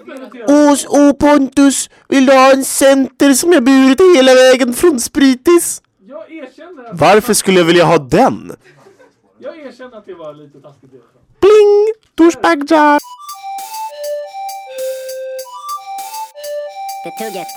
Pontus, vill du ha en center som jag burit hela vägen från Spritis? Jag erkänner att Varför skulle jag vilja ha den? Jag erkänner att det var lite taskigt. Bling! Torsbagjar! Det tugget.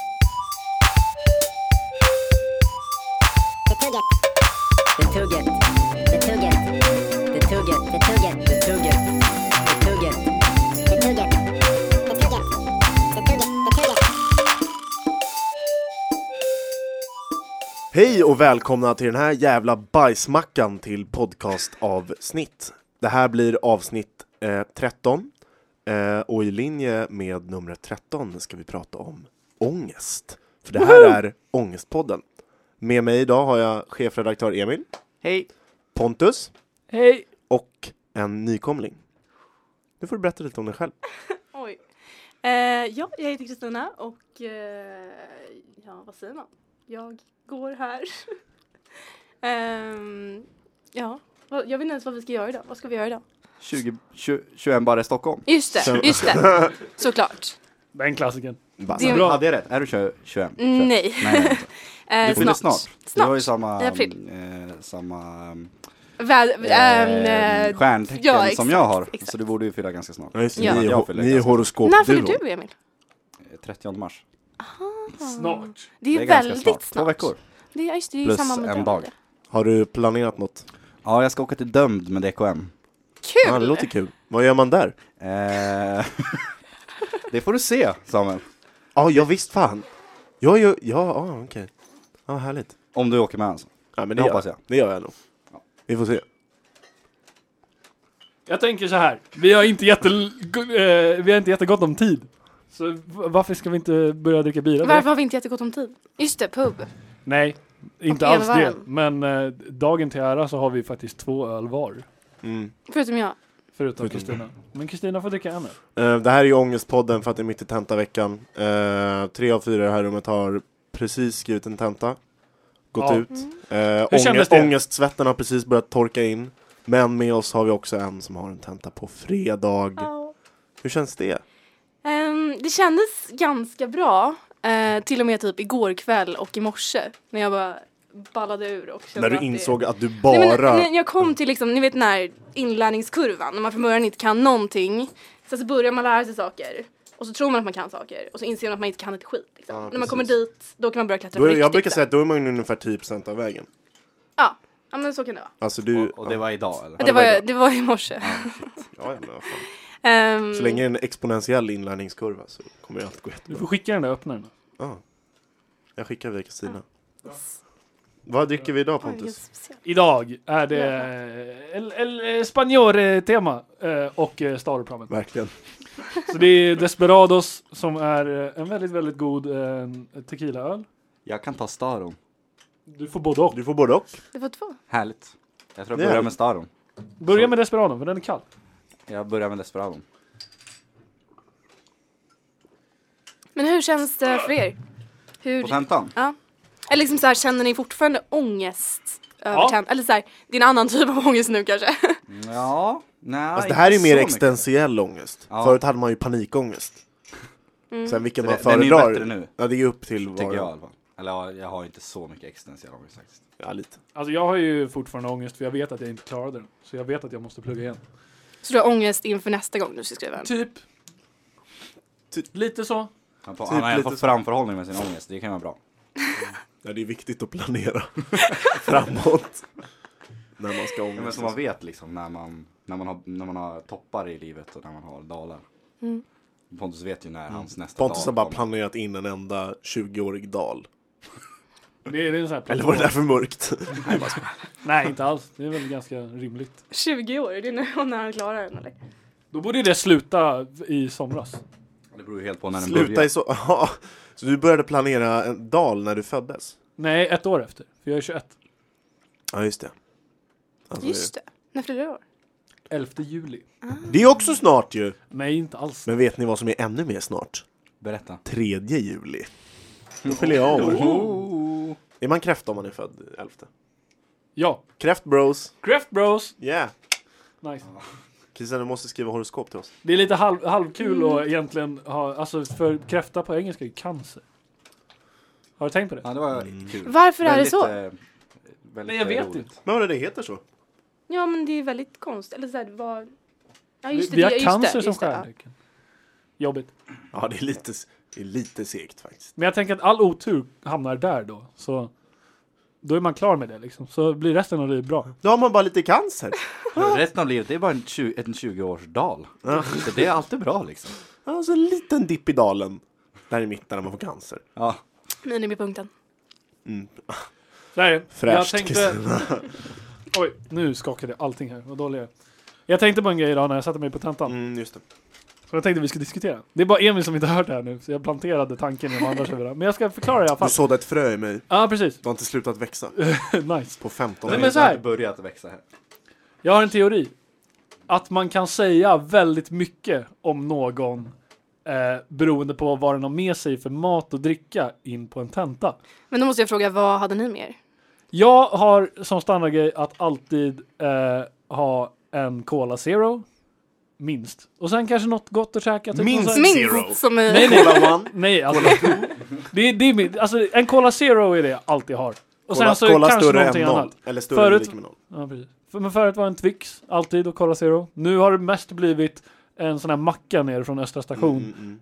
Det tugget. Det tugget. Det tugget. Det tugget. Det tugget. Det tugget. Det tugget. Det tugget. Det tugget. Det tugget. Det tugget. Hej och välkomna till den här jävla bajsmackan till podcastavsnitt. Det här blir avsnitt 13. Och i linje med numret 13 ska vi prata om ångest. För det här är Ångestpodden. Med mig idag har jag chefredaktör Emil. Hej. Pontus. Hej! Och en nykomling. Nu får du berätta lite om dig själv. Oj. Ja, jag heter Kristina och ja, vad säger man? Jag går här. Ja, jag vet inte ens vad vi ska göra idag. Vad ska vi göra idag? 21 bara i Stockholm. Just det. Såklart. Den klassiken. Det- Bra. Hade jag rätt? Är du 21? Nej. Nej. Du fyller snart. Du har ju I samma april. stjärntecken ja, som jag har. exakt. Så du borde ju fylla ganska snart. Ja, just det. Ja. Ni Jag är fyller ni är ganska horoskop. När fyller du, Emil? 30 mars. Snart. Det är ganska väldigt snart. 2 veckor. Det är just det, är Plus samma med en dag. dag. Har du planerat något? Ja, jag ska åka till Dömd med DKM. Kul! Ja, det låter kul. Vad gör man där? Det får du se, Samuel. Ja, visst fan. Okej. Ja, härligt. Om du åker med alltså. Ja, men Det det hoppas gör jag. Det gör jag nog. Ja. Vi får se. Jag tänker så här. Vi har inte jättegott om tid. Så varför ska vi inte börja dricka bira? Varför har vi inte jättegott om tid? Just det, pub. Nej, inte Och alls det. elvarm. Men dagen till ära så har vi faktiskt 2 öl var. Mm. Förutom jag. Förutom Kristina. Men Kristina får dricka en öl. Det här är ju Ångestpodden för att det är mitt i tentaveckan. 3 av 4 i det här rummet har precis skrivit en tenta. Gått Ja. ut. Hur kändes det? Ångestsvetten har precis börjat torka in. Men med oss har vi också en som har en tenta på fredag. Hur känns det? Det kändes ganska bra. Till och med typ igår kväll och i morse. När jag bara ballade ur och kände När du att insåg att du Nej, bara... men, jag kom till liksom, ni vet den här inlärningskurvan. När man från början inte kan någonting. Sen så börjar man lära sig saker. Och så tror man att man kan saker. Och så inser man att man inte kan ett skit. Liksom. Ja, När man precis. kommer dit, då kan man börja klättra Då på är, riktigt. jag brukar säga att då är man ungefär 10% av vägen. Ja, men så kan det vara. Alltså du... Och det var idag, eller? Det var i morse. Ja, men vad fan. Så länge det är en exponentiell inlärningskurva så kommer det alltid gå Du jättebra. får skicka den där öppnaren. Ja. Jag skickar via Kristina. Vad dricker vi idag, Pontus? Idag är det El Español-tema och Staropramen. Verkligen. Så det är Desperados som är en väldigt, väldigt god tequila-öl. Jag kan ta Staron. Du får både och. Du får både och. Det var 2. Härligt. Jag tror Det jag är börjar härligt. med Staron. Börja med Desperadon, för den är kall. Jag börjar med Desperadon. Men hur känns det för er? På tentan? Ja. Eller liksom så här, känner ni fortfarande ångest över Ja. tentan? Eller så här, det är en annan typ av ångest nu kanske. Ja. Nej, Alltså det här är inte mer så mycket. existentiell ångest. Ja. Förut hade man ju panikångest. Sen vilken man Den är ju föredrar. bättre nu, Ja, det är ju upp till tycker jag i var. alla fall. Eller ja, jag har inte så mycket existentiell ångest faktiskt. Ja, lite. Alltså jag har ju fortfarande ångest för jag vet att jag inte klarade den. Så jag vet att jag måste plugga igen. Så du har ångest inför nästa gång du ska skriva en? Typ. Lite så. Han Typ har i alla lite fall så. framförhållning med sin ångest, det kan vara bra. Ja, det är viktigt att planera framåt. När man ska Ja, men ångest. så man vet liksom när man har toppar i livet och när man har dalar. Pontus vet ju när hans nästa Pontus dal har bara kommer. planerat in en enda 20-årig dal. Det är en sån här Eller var det där för mörkt? Nej, inte alls. Det är väl ganska rimligt. 20 år, det är nu när han klarar den eller? Då borde det sluta i somras. Det beror ju helt på när den Sluta börjar. i så... Ja. Så du började planera en dal när du föddes? Nej, 1 år efter. För jag är 21. Ja, just det. Alltså, Just det. När fyller du år? 11 juli. det är också snart ju. Nej, inte alls. Men vet ni vad som är ännu mer snart? Berätta. 3 juli. Då fyller jag år. Oh. Är man kräft om man är född 11? Ja. Kräft bros. Craft Bros. Yeah. Nice. Christian, du måste skriva horoskop till oss. Det är lite halvkul att egentligen ha, alltså för kräfta på engelska är cancer. Har du tänkt på det? Ja, det var kul. Varför är det så? Väldigt, Nej, jag vet roligt. inte. Men vad är det heter så? Ja, men det är väldigt konstigt. Eller så här, vad... Ja, just det. Vi har just cancer det, som just det, ja. stjärntecken. Jobbigt. Ja, det är lite segt faktiskt. Men jag tänker att all otur hamnar där då. Så då är man klar med det liksom. Så blir resten av livet bra. Då har man bara lite cancer. Resten av livet, det är bara en 20-årsdal. Så det är alltid bra liksom. Alltså en liten dipp i dalen. Där i mitten när man får cancer. Ja. Minimipunkten. Så är det. Fräscht, Jag tänkte... Oj, nu skakade allting här. Vad dålig jag är. Jag tänkte på en grej idag när jag satte mig på tentan. Just det. Så jag tänkte vi skulle diskutera. Det är bara Emil som inte har hört det här nu. Så jag planterade tanken i de andra huvudena. Men jag ska förklara det i alla fall. Du sådde ett frö i mig. Ja, precis. Du har inte slutat växa. Nice. På 15 Nej, år. men så här. Det har börjat växa här. Jag har en teori. Att man kan säga väldigt mycket om någon beroende på vad den har med sig för mat och dricka in på en tenta. Men då måste jag fråga, vad hade ni med er? Jag har som standardgrej att alltid ha en Cola Zero. Minst. Och sen kanske något gott att käka. Typ Minst? någon så här- Minst som är... Nej, Cola One. Nej, alltså. det är alltså en Cola Zero är det jag alltid har. Och sen så Cola kanske större någonting än 0. annat. Eller större än Förut- lika med 0. Ja, precis. Men förut var en Twix alltid och Cola Zero. Nu har det mest blivit en sån här macka ner från Östra station.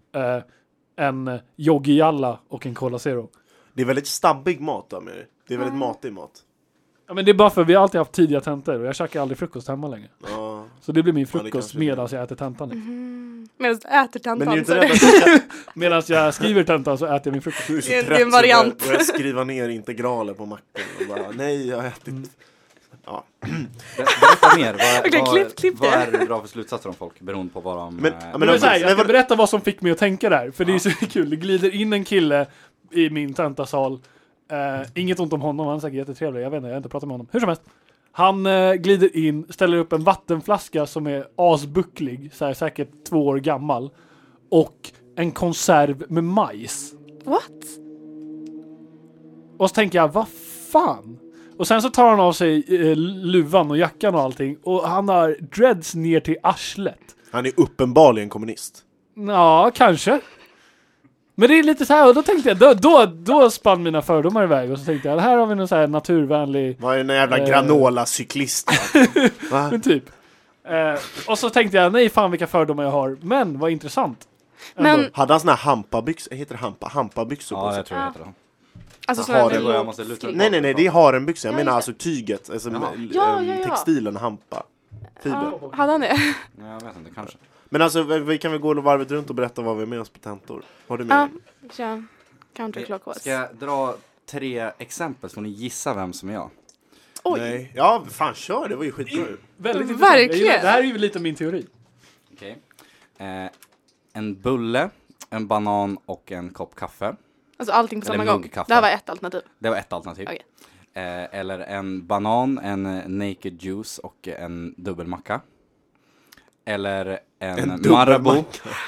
En Yogi-jalla och en Cola Zero. Det är väldigt stabbig mat av mig. Det är väldigt matig mat. Ja, men det är bara för vi har alltid haft tidiga tentor och jag käkar aldrig frukost hemma längre. Ja. Så det blir min Ja, det frukost kanske det medan jag äter tentan. Medan du äter tentan. Men är du inte så- rädd att du ska, Medan jag skriver tentan så äter jag min frukost. du är så Det är en trött variant. så börjar skriva ner integraler på macken och bara, nej, jag har ätit. Ja. Berätta mer. Okej, klipp vad det. är det bra för slutsatser om folk beroende på vad de... Men- Men så här, jag ska men- berätta vad som fick mig att tänka där. För det är så kul. Det glider in en kille i min tentasal. Inget ont om honom, han är säkert jättetrevlig. Jag vet inte, jag har inte pratat med honom. Hur som helst. Han glider in, ställer upp en vattenflaska som är asbucklig. Så här, säkert 2 år gammal. Och en konserv med majs. What? Och så tänker jag, vad fan? Och sen så tar han av sig luvan och jackan och allting. Och han har dreads ner till arslet. Han är uppenbarligen kommunist. Ja, kanske. Men det är lite så här, och då tänkte jag, då spann mina fördomar iväg. Och så tänkte jag, här har vi någon så här naturvänlig... Vad är den jävla granola-cyklist? Va? Men typ. Och så tänkte jag, nej fan vilka fördomar jag har. Men vad intressant. Men, Hade han såna här hampabyxor? Heter det hampabyxor på Ja, sig? jag tror det heter det. alltså Har sådana det- här jag måste luta Nej, det är harenbyxor. Jag Ja, menar just alltså tyget. Alltså, Ja. textilen, hampa. Fiber. Ja, hade han det? Nej, jag vet inte, kanske. Men alltså, vi kan väl gå varvet runt och berätta vad vi är med oss på tentor. Har du med Ja, dig? kör. Counter clockwise. Ska jag dra 3 exempel så får ni gissa vem som är jag? Oj. Nej. Ja, fan kör. Det var ju skitbra. Väldigt intressant. Jag Verkligen. gillar- Det här är ju lite min teori. Okej. En bulle, en banan och en kopp kaffe. Alltså allting på Eller samma gång. mugg kaffe. Det här var ett alternativ. Det var ett alternativ. Okej. Eller en banan, en naked juice och en dubbelmacka. Eller en Marabou.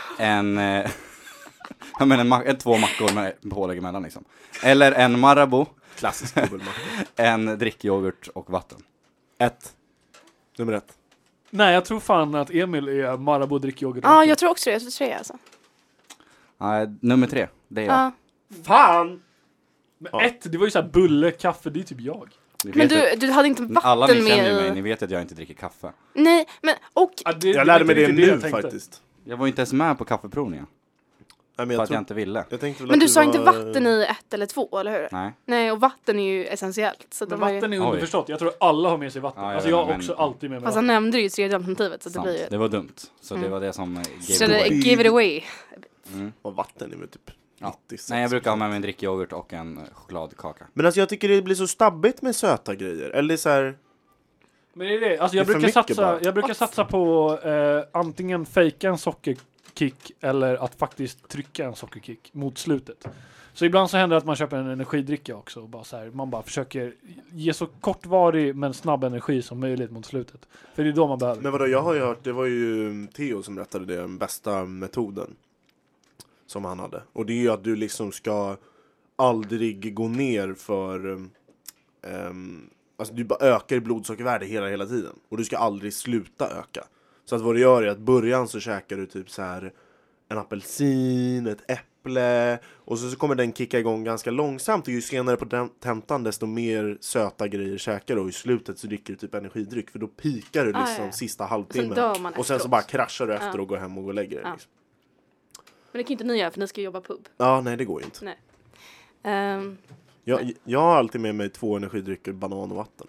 Jag menar 2 mackor med pålägg emellan liksom. Eller en Marabou, Klassisk dubbelmacka. en drickyoghurt och vatten. 1. Nummer 1. Nej, jag tror fan att Emil är Marabou drickyoghurt. Ja, jag tror också det. Jag tror 3 alltså. Nummer 3, det är jag. Ja. Fan! Men Ja. 1, det var ju så här bulle, kaffe, det är typ jag. Ni Men vet att- du hade inte alla vatten ni känner ju med mig, ni i... vet att jag inte dricker kaffe. Nej, men och... Ja, Jag lärde mig det inte nu jag tänkte. faktiskt. Jag var inte ens med på kaffeprovningen. Nej, men För jag, att jag inte ville. jag tänkte väl Men att du sa inte var- vatten i 1 eller 2, eller hur? Nej. Nej, och vatten är ju essentiellt. Så Men det var ju... vatten är Oj. underförstått. Jag tror alla har med sig vatten. Ja, jag alltså vet jag inte, har också men- alltid med mig Fast vatten. han nämnde ju tredje alternativet, så det Sant. blir ju... Det var dumt. Så det Mm. var det som Så gave det, away. give it away. Och vatten är väl typ Ja. 96. Nej, jag brukar ha med mig en drickyoghurt och en chokladkaka. Men alltså jag tycker det blir så stabbigt med söta grejer. Eller så här. Men det är det. Alltså Det är för mycket bara. jag brukar satsa på antingen fejka en sockerkick eller att faktiskt trycka en sockerkick mot slutet. Så ibland så händer det att man köper en energidricka också. Och bara så här, man bara försöker ge så kortvarig men snabb energi som möjligt mot slutet. För det är då man behöver. Men vadå, jag har ju hört, det var ju Theo som berättade det, den bästa metoden som han hade. Och det är ju att du liksom ska aldrig gå ner för alltså du bara ökar i blodsockervärde hela tiden. Och du ska aldrig sluta öka. Så att vad du gör är att början så käkar du typ så här en apelsin, ett äpple och så kommer den kicka igång ganska långsamt och ju senare på tentan desto mer söta grejer käkar du och i slutet så dricker du typ energidryck för då pikar du liksom sista halvtimmen och sen så bara kraschar du efter och går hem och går och lägger dig. Liksom. Men det kan inte ni göra för ni ska jobba pub. Ja, nej det går inte. Nej. Jag har alltid med mig 2 energidrycker, banan och vatten.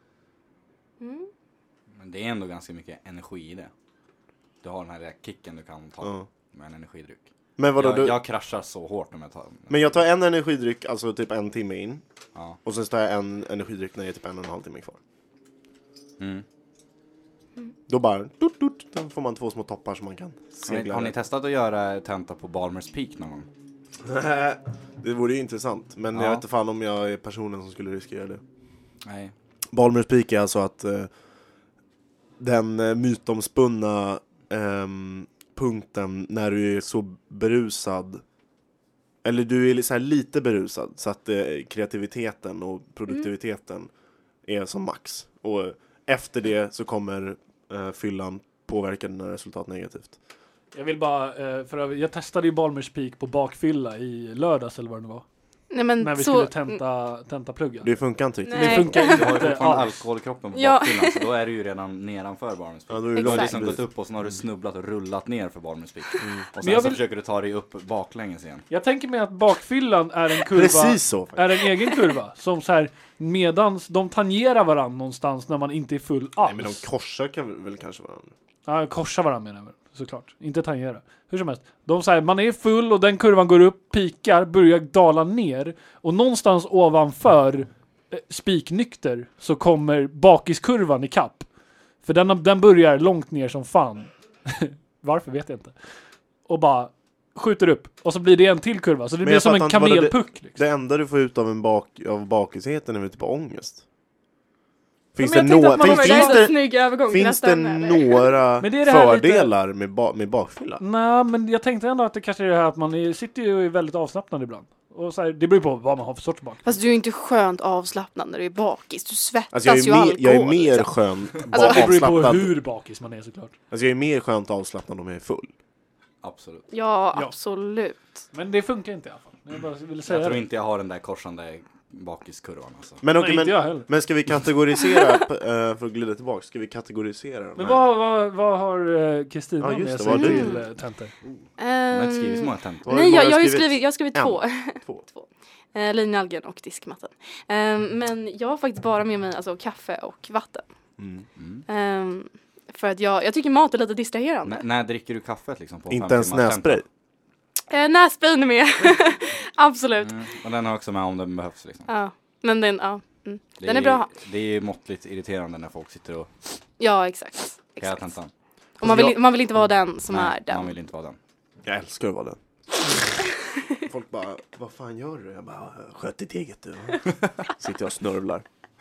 Men det är ändå ganska mycket energi i det. Du har den här kicken du kan ta med en energidryck. Men vadå, jag kraschar så hårt om jag tar. Men jag tar en energidryck, alltså typ 1 timme in. Ja. Och sen tar jag en energidryck när det är typ 1,5 timme kvar. Då bara, då får man 2 små toppar som man kan segla. Har ni testat att göra tenta på Balmers Peak någon gång? Det vore ju intressant. Men jag vet inte fan om jag är personen som skulle riskera det. Nej. Balmers Peak är alltså att den mytomspunna punkten när du är så berusad, eller du är så här lite berusad så att kreativiteten och produktiviteten är som max. Och efter det så kommer fyllan påverka dina resultat negativt. Jag vill bara, för jag testade ju Balmers Peak på bakfylla i lördags eller vad det var. Nej, men när vi skulle tenta plugga. Det funkar inte riktigt. Det funkar Du har ju inte fortfarande alkohol i kroppen på bakfyllan, så då är du ju redan nedanför Balmers Peak. Ja, du har liksom gått upp och så har du snubblat och rullat ner för Balmers Peak. Och sen så försöker du ta dig upp baklänges igen. Jag tänker mig att bakfyllan är en kurva. Precis så. Är en egen kurva. Som så här, medans de tangerar varandra någonstans när man inte är full alls. Nej, men de korsar kan väl kanske varandra. Ja, korsar varandra menar jag, såklart. Inte tangera. Hur som helst. De säger man är full och den kurvan går upp, pikar, börjar dala ner. Och någonstans ovanför spiknykter så kommer bakiskurvan i kapp. För den börjar långt ner som fan. Varför vet jag inte. Och bara skjuter upp. Och så blir det en till kurva. Så det blir som en kamelpuck. Liksom. Det enda du får ut av bakisheten är väl typ några Finns det några fördelar med bakfylla? Nej, men jag tänkte ändå att det kanske är det här att man sitter ju och är väldigt avslappnad ibland. Och så här, det beror på vad man har för sorts bak. Fast du är inte skönt avslappnad när du är bakis. Du svettas alltså ju alkohol. Jag är mer skönt avslappnad. Det beror på hur bakis man är såklart. Alltså jag är mer skönt avslappnad om jag är full. Absolut. Ja, absolut. Men det funkar inte i alla fall. Jag tror inte jag har den där korsande bakiskurvan alltså. Men ska vi kategorisera för att glida tillbaka, ska vi kategorisera men vad har Kristina med sig till tentor? Jag har inte skrivit så många tentor. Nej, jag har skrivit 2. Linjalgen och diskmatten. Men jag har faktiskt bara med mig alltså kaffe och vatten. För att jag tycker mat är lite distraherande. När dricker du kaffet liksom på? Inte ens nässpray? Nässpray är med. Absolut. Och den har också med om den behövs liksom. Ja, men den är bra. Det är ju måttligt irriterande när folk sitter och... Ja, exakt. Och man vill inte vara den som är den. Man vill inte vara den. Jag älskar att vara den. Folk bara, vad fan gör du? Jag bara, sköt ditt eget du. Sitter jag och snörvlar.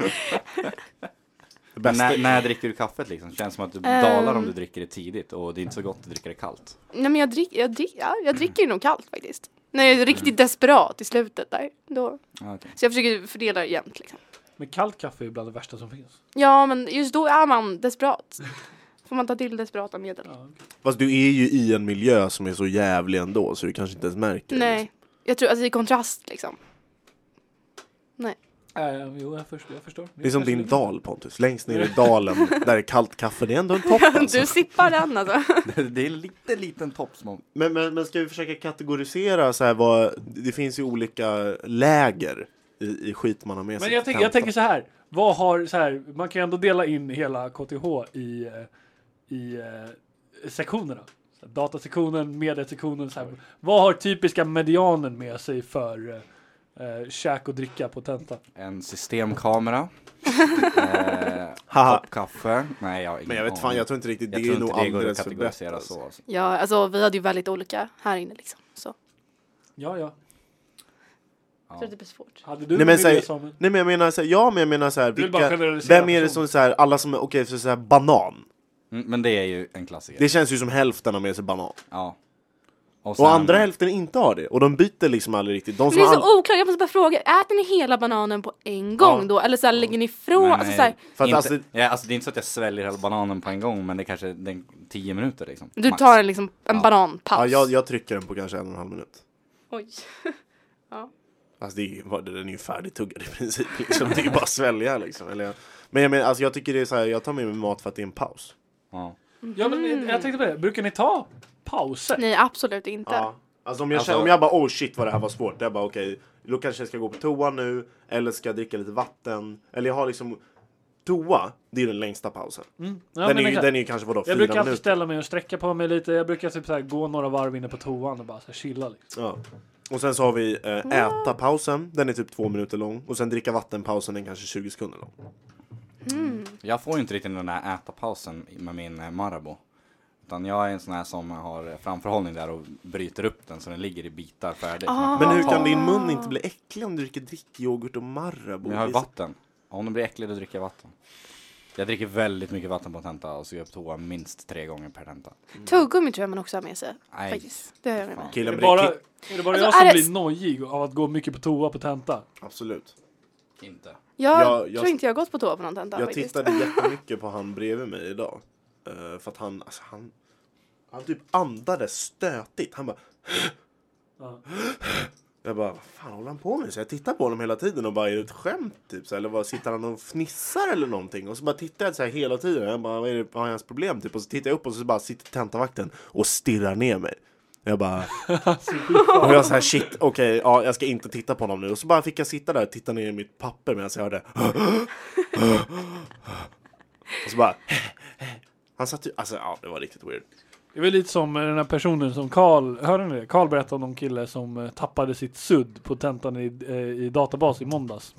När dricker du kaffet liksom? Känns som att du dalar om du dricker det tidigt och det är inte så gott att dricka det kallt. Nej, men jag dricker det nog kallt faktiskt. När jag är riktigt desperat i slutet där. Då. Okay. Så jag försöker fördela det jämnt liksom. Men kallt kaffe är bland det värsta som finns. Ja, men just då är man desperat. Får man ta till desperata medel. Ja, okay. Fast du är ju i en miljö som är så jävlig ändå så du kanske inte ens märker. Nej, liksom. jag tror alltså i kontrast liksom. Nej. Jo, jag förstår. Det är som din dal, Pontus. Längst ner i dalen, där är kallt kaffe. Det är ändå en topp alltså. Du sippar den alltså. Det är en liten topp. Men ska vi försöka kategorisera så här det finns ju olika läger i skit man har med sig. Men jag tänker så här. Man kan ju ändå dela in hela KTH i sektionerna. Så datasektionen, mediesektionen. Så här. Vad har typiska medianen med sig för... käk och dricka på tenta? En systemkamera. Kaffe. Nej, men jag vet fan, jag tror inte riktigt det är nog alldeles för bättre så. Alltså. Ja, alltså vi hade ju väldigt olika här inne liksom. Så. Ja. Jag tror det blir svårt. Hade du nej men jag menar så här, vem är det som så här, alla som är så här banan. Men det är ju en klassiker. Det känns ju som hälften av med sig banan. Ja. Och andra hälften inte har det. Och de byter liksom aldrig riktigt. Men det är så oklart, jag måste bara fråga. Äter ni hela bananen på en gång då? Eller så här, lägger ni ifrån? Nej, alltså, så här, för att inte, det är inte så att jag sväljer hela bananen på en gång. Men det är kanske 10 minuter liksom. du max. tar en bananpaus. Ja, jag trycker den på kanske 1,5 minut. Oj. Alltså den är ju färdigtuggad i princip liksom. Det är ju bara att svälja liksom. Men jag menar, alltså jag tycker det är så här, jag tar med mig mat för att det är en paus. Ja. Ja, men jag tänkte på det. Brukar ni ta pauser? Nej, absolut inte. Ja. Alltså om jag bara, oh shit vad det här var svårt. Jag bara okej, då kanske jag ska gå på toa nu. Eller ska jag dricka lite vatten. Eller jag har liksom, toa, det är den längsta pausen. Ja, den är ju kanske 4 minuter. Jag brukar alltid ställa mig och sträcka på mig lite. Jag brukar typ så här, gå några varv inne på toan och bara så här, chilla liksom. Ja. Och sen så har vi äta pausen. Den är typ 2 minuter lång. Och sen dricka vattenpausen, den kanske 20 sekunder lång. Jag får ju inte riktigt den där äta-pausen med min Marabou. Utan jag är en sån här som har framförhållning där och bryter upp den så den ligger i bitar färdigt. Men hur kan din mun inte bli äcklig om du dricker drickyoghurt och Marabou? Jag har vatten. Om den blir äcklig då dricker jag vatten. Jag dricker väldigt mycket vatten på tenta och så gör jag på toa minst 3 gånger per tenta. Tuggummi tror jag man också har med sig. Nej. Faktiskt. Det har jag med mig. Killen Är det blir bara Alltså, jag som är det- blir nojig av att gå mycket på toa på tenta? Absolut. Inte. Jag Jag- tror inte jag har gått på toa på någon tenta Jag faktiskt. tittade jättemycket på han bredvid mig idag. För att han typ andades stötigt. Han bara... Ja. Jag bara, vad fan håller han på med? Så jag tittar på honom hela tiden och bara, är det ett skämt typ? Så, eller vad, sitter han och fnissar eller någonting? Och så bara tittar jag så här hela tiden. Jag bara, vad är hans problem typ? Och så tittar jag upp och så bara sitter tentavakten och stirrar ner mig. Jag bara... och jag så här, shit, okej, ja, jag ska inte titta på honom nu. Och så bara fick jag sitta där och titta ner i mitt papper medan jag hörde... och så bara... Han satt ju... Alltså, ja, det var riktigt weird. Det var lite som den här personen som hörde ni det? Karl berättade om någon kille som tappade sitt sudd på tentan i databas i måndags.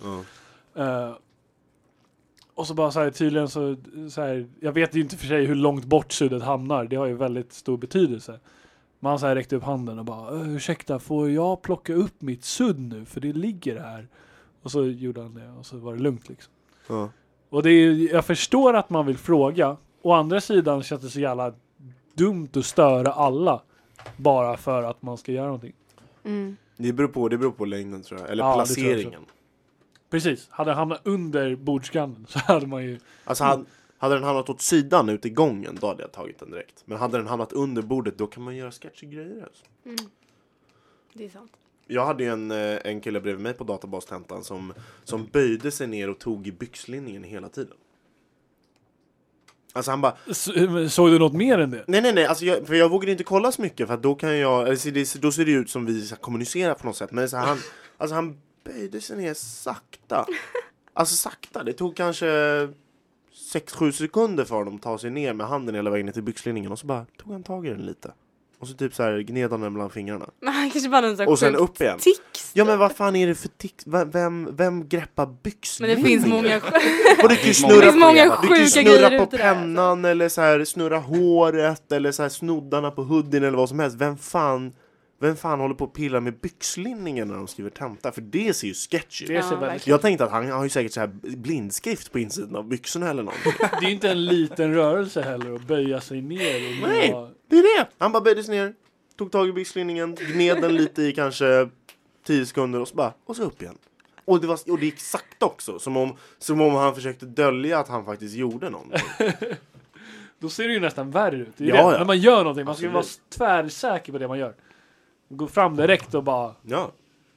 Och så bara så här, tydligen så här, jag vet ju inte för sig hur långt bort suddet hamnar. Det har ju väldigt stor betydelse. Men han så här räckte upp handen och bara, ursäkta, får jag plocka upp mitt sudd nu? För det ligger här. Och så gjorde han det och så var det lugnt liksom. Ja. Och det är, jag förstår att man vill fråga. Å andra sidan känns det så jävla dumt att störa alla bara för att man ska göra någonting. Det beror på längden tror jag. Eller Ja, det tror jag placeringen. Precis. Hade den hamnat under bordskanten så hade man ju... Alltså hade den hamnat åt sidan ute i gången, då hade jag tagit den direkt. Men hade den hamnat under bordet, då kan man göra sketchy grejer. Alltså. Det är sant. Jag hade ju en kille bredvid mig på databastentan som böjde sig ner och tog i byxlinningen hela tiden. Alltså han bara... Såg du något mer än det? Nej, alltså för jag vågade inte kolla så mycket för att då kan jag... Alltså då ser det ut som vi ska kommunicera på något sätt. Men så han böjde sig ner sakta. Alltså sakta. Det tog kanske 6-7 sekunder för honom att ta sig ner med handen hela vägen ner till byxlinningen. Och så bara tog han tag i den lite. Och så typ så här gned han den bland fingrarna. Men han kanske bara en sån Och sen sjuk upp igen. tics. Ja men vad fan är det för tics? Vem greppar Men byxlinningen? det finns många Och du kan ju Det snurra finns många du kan ju sjuka snurra grejer på ute där, pennan eller så här, snurra håret eller så här, snoddarna på hoodien eller vad som helst. Vem fan håller på att pilla med byxlinningen när de skriver tenta? För det ser ju sketchy ut. Det ser Ja, väldigt... Jag tänkte att han har ju säkert så här blindskrift på insidan av byxorna eller någonting. Det är ju inte en liten rörelse heller att böja sig ner. Och Nej, det är det. Han bara böjde sig ner, tog tag i byxlinningen, gned den lite i kanske 10 sekunder och så upp igen. Och det gick sakta också, som om han försökte dölja att han faktiskt gjorde någonting. Då ser det ju nästan värre ut. Det är Ja, det. ja. När man gör någonting, man ska Absolut. vara tvärsäker på det man gör. Gå fram direkt och bara Ja,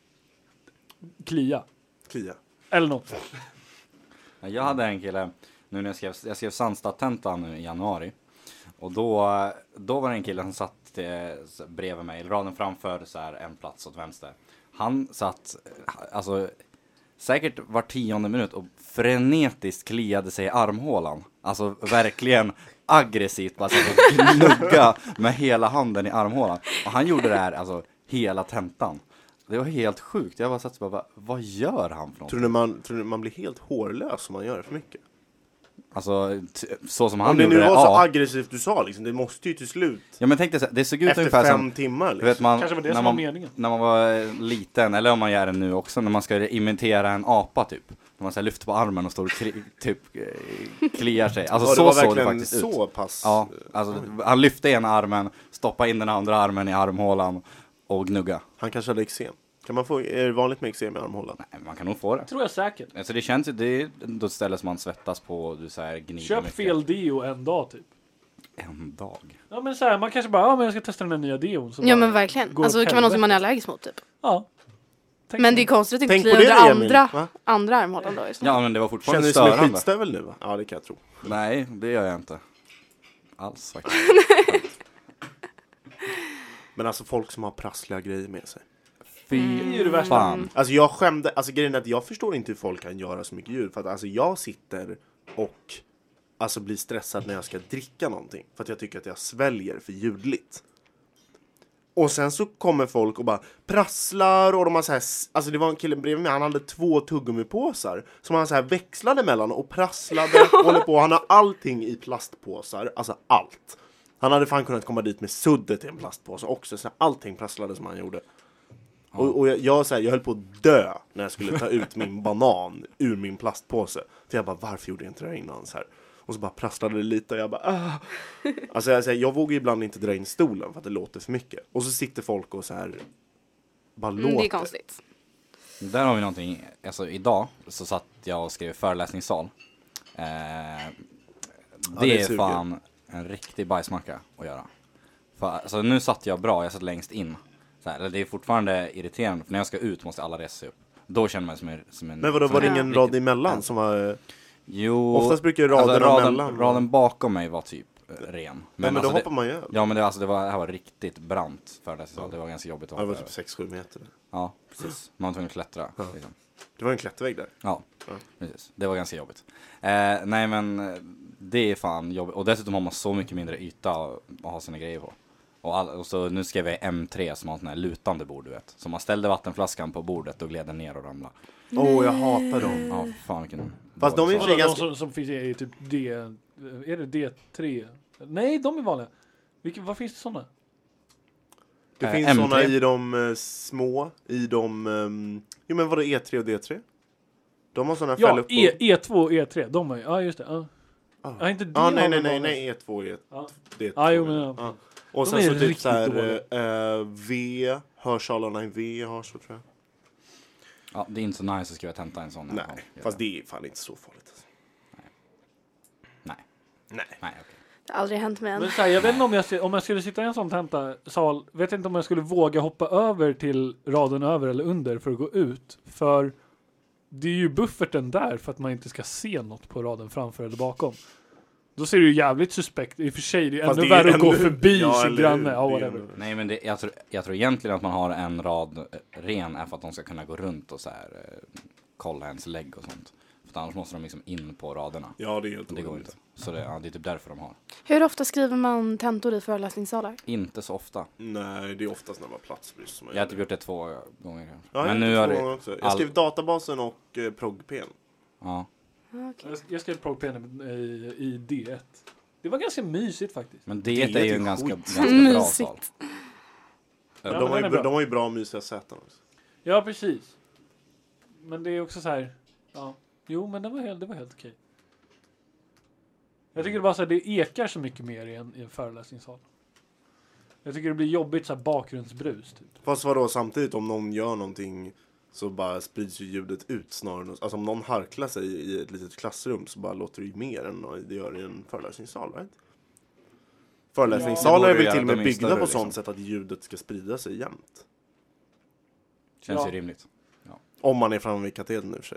klia. klia. Eller något. Jag hade en kille, nu när jag skrev Sandstad-tentan nu i januari. Och då var det en kille som satt bredvid mig, raden framför så här en plats åt vänster. Han satt, alltså säkert var 10:e minut och frenetiskt kliade sig i armhålan. Alltså verkligen aggressivt, bara så att gnugga med hela handen i armhålan. Och han gjorde det här alltså hela tentan. Det var helt sjukt. Jag bara satt och bara, vad gör han för något? Tror du man blir helt hårlös om man gör det för mycket? Alltså, så som han Om det gjorde nu det, var så ja. aggressivt du sa liksom, det måste ju till slut Ja men tänk dig så här, det såg ut efter ungefär 5 som, timmar du liksom. vet man, Kanske var det när som man, var meningen. när man var liten, eller om man gör det nu också, när man ska imitera en apa typ. När man så här lyfter på armen och står och kliar sig. Alltså det så var såg det verkligen faktiskt så ut. pass. Ja, alltså han lyfte ena armen, stoppade in den andra armen i armhålan och gnugga. Han kanske hade eksem. Kan man få, är det vanligt med eksem i armhålan? Nej, man kan nog få det. Tror jag säkert. Alltså det känns ju, det är ett ställe som man svettas på och du så här gnider Köp mycket. fel deo en dag typ. En dag. Ja men så här, man kanske bara, ja men jag ska testa den här nya deon. Så Ja bara men verkligen. går Alltså det åt kan vara något som man är helvete. allergisk mot typ. Ja. Tänk Men på det är konstigt att Tänk inte på klia det, under Emil. Va? andra armhålan då. Ja, men det var Känner fortfarande du som en störande. skitstövel nu va? Ja, det kan jag tro. Nej, det gör jag inte. Alls faktiskt. Men alltså folk som har prassliga grejer med sig. Fy Det är ju det värsta. fan. Alltså jag skämde, alltså grejen är att jag förstår inte hur folk kan göra så mycket ljud. För att alltså jag sitter och alltså blir stressad när jag ska dricka någonting. För att jag tycker att jag sväljer för ljudligt. Och sen så kommer folk och bara prasslar och de har så här, alltså det var en kille bredvid mig, han hade 2 tuggummipåsar som han så här växlade mellan och prasslade och håller på. Han har allting i plastpåsar, alltså allt. Han hade fan kunnat komma dit med suddet i en plastpåse också, så allting prasslade som han gjorde. Och jag höll på att dö när jag skulle ta ut min banan ur min plastpåse. För jag bara, varför gjorde jag inte det här innan så här? Och så bara prasslade det lite och jag bara, Alltså jag vågar ibland inte dra in stolen för att det låter för mycket. Och så sitter folk och så här bara låter. Det är konstigt. Där har vi någonting, alltså idag så satt jag och skrev föreläsningssal. Det det är suger. fan en riktig bajsmacka att göra. För, alltså, nu satt jag bra, jag satt längst in. Så här, det är fortfarande irriterande, för när jag ska ut måste alla resa sig upp. Då känner man mig som en... Men vadå, som var det en ingen riktigt- rad emellan som var... Jo, Oftast brukar ju raderna mellan- raden bakom mig var typ ren. Men då alltså, hoppar man ju över. Ja, men det här var riktigt brant föreläsningssal. Det var ganska jobbigt att Ja, det var hoppa typ över. 6-7 meter. Ja, precis. Man var tvungen att klättra. Liksom. Det var en klättervägg där. Ja, Ja. precis. Det var ganska jobbigt. Nej, men det är fan jobbigt. Och dessutom har man så mycket mindre yta att ha sina grejer på. Och så nu skrev jag M3 som har en sån här lutande bord, du vet. Så man ställde vattenflaskan på bordet och gled den ner och ramlade. Jag hatar dem. Ja, fan vilken... Fast de är Vadå, för sig de ganska... som finns i typ D... Är det D3? Nej, de är vanliga. Vad finns det sådana? Det finns M3. såna i de små, i de... jo men vadå E3 och D3? De har såna Ja, fäll upp på... E2 och E3. De är ja just det. Ja. Ja, inte D. har nej, väl vanliga. nej, E2 E3. Ja. D2. Ja, jo, men ja. Och De sen är så typ riktigt så här dåliga. V, hörsalarna i V har så tror jag. Ja, det är inte så nice att skriva tenta en sån. i alla fall. Nej, fast det är fan inte så farligt. Alltså. Nej, Nej. okej. Det har aldrig hänt mig än. Men så här, jag vet inte om jag skulle sitta i en sån tentasal, vet inte om jag skulle våga hoppa över till raden över eller under för att gå ut. För det är ju bufferten där för att man inte ska se något på raden framför eller bakom. Då ser det ju jävligt suspekt. I och för sig, det är Fast ännu det är värre att gå ännu- förbi Ja, sin eller hur? granne. Ja, Det är whatever. ännu- Nej, men jag tror egentligen att man har en rad ren är för att de ska kunna gå runt och så här kolla ens lägg och sånt. För annars måste de liksom in på raderna. Ja, det är helt Det går orimligt. inte. Så det är typ därför de har. Hur ofta skriver man tentor i föreläsningssalar? Inte så ofta. Nej, det är oftast när man har platsbrist som man Jag har gör typ det. gjort det 2 gånger kanske. Ja, Men nu har har det... det... också. Jag skrev databasen och progpen. Ja. Jag skrev progpen i D1. Det var ganska mysigt faktiskt. Men Det det är ju är en ganska skit. bra Mysigt. sal. Ja, De men den är bra. har ju bra mysiga säten också. Ja, precis. Men det är också så här. Ja. Jo, men det var helt okej. Jag tycker det bara så här, det ekar så mycket mer i en föreläsningssal. Jag tycker det blir jobbigt så här bakgrundsbrus typ. Fast vadå, samtidigt om någon gör någonting så bara sprids ju ljudet ut snarare. Alltså om någon harklar sig i ett litet klassrum så bara låter det ju mer än det gör i en föreläsningssal, right? Föreläsningssalar Ja, är väl det till och borde med de är byggda större, på liksom. sånt sätt att ljudet ska sprida sig jämt. Känns Ja. ju rimligt. Om man är framme vid katedern i och för sig.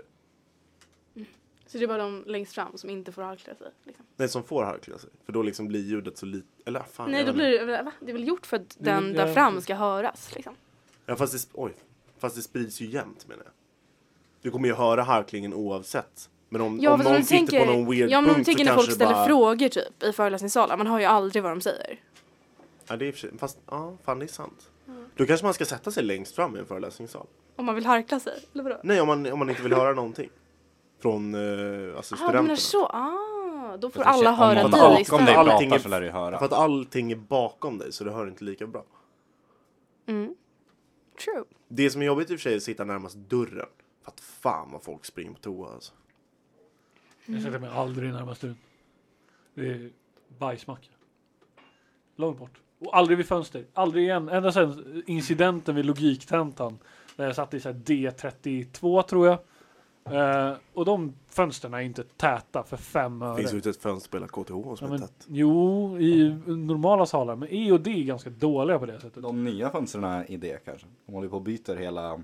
Så det är bara de längst fram som inte får harkla sig? Liksom. Nej, som får harkla sig. För då liksom blir ljudet så lite... Eller fan, Nej, jag då vet inte. blir det... Va? Det är väl gjort för att Det är- den där ja. fram ska höras liksom. Ja, fast det sprids ju jämt menar jag. Du kommer ju höra harklingen oavsett. Men om Ja, någon men sitter på någon weird ja, men om du punkt så tänker när kanske folk ställer bara... frågor typ i föreläsningssalar. Man hör ju aldrig vad de säger. Ja, det är i och för sig... Fast, ja, fan det är sant. Då kanske man ska sätta sig längst fram i en föreläsningssal. Om man vill harkla sig, eller vadå? Nej, om man inte vill höra någonting. Från alltså Ah, du menar studenterna. så? Då får För att alla om höra någon dig bakom dig istället. Allting pratar är- så lär du höra. För att allting är bakom dig så det hör inte lika bra. Mm. True. Det som är jobbigt i och för sig är att sitta närmast dörren. För att fan vad folk springer på toa alltså. Jag sätter mig aldrig närmast ut. Det är bajsmacka. Långt bort. Och aldrig vid fönster. Aldrig igen. Ända sedan incidenten vid logiktentan. Där jag satt i så här D32 tror jag. Och de fönsterna är inte täta för 5 öre. Finns ut ett fönster på hela KTH som är tätt. Jo, i normala salar. Men E och D är ganska dåliga på det sättet. De nya fönstren i det kanske. De håller på och byter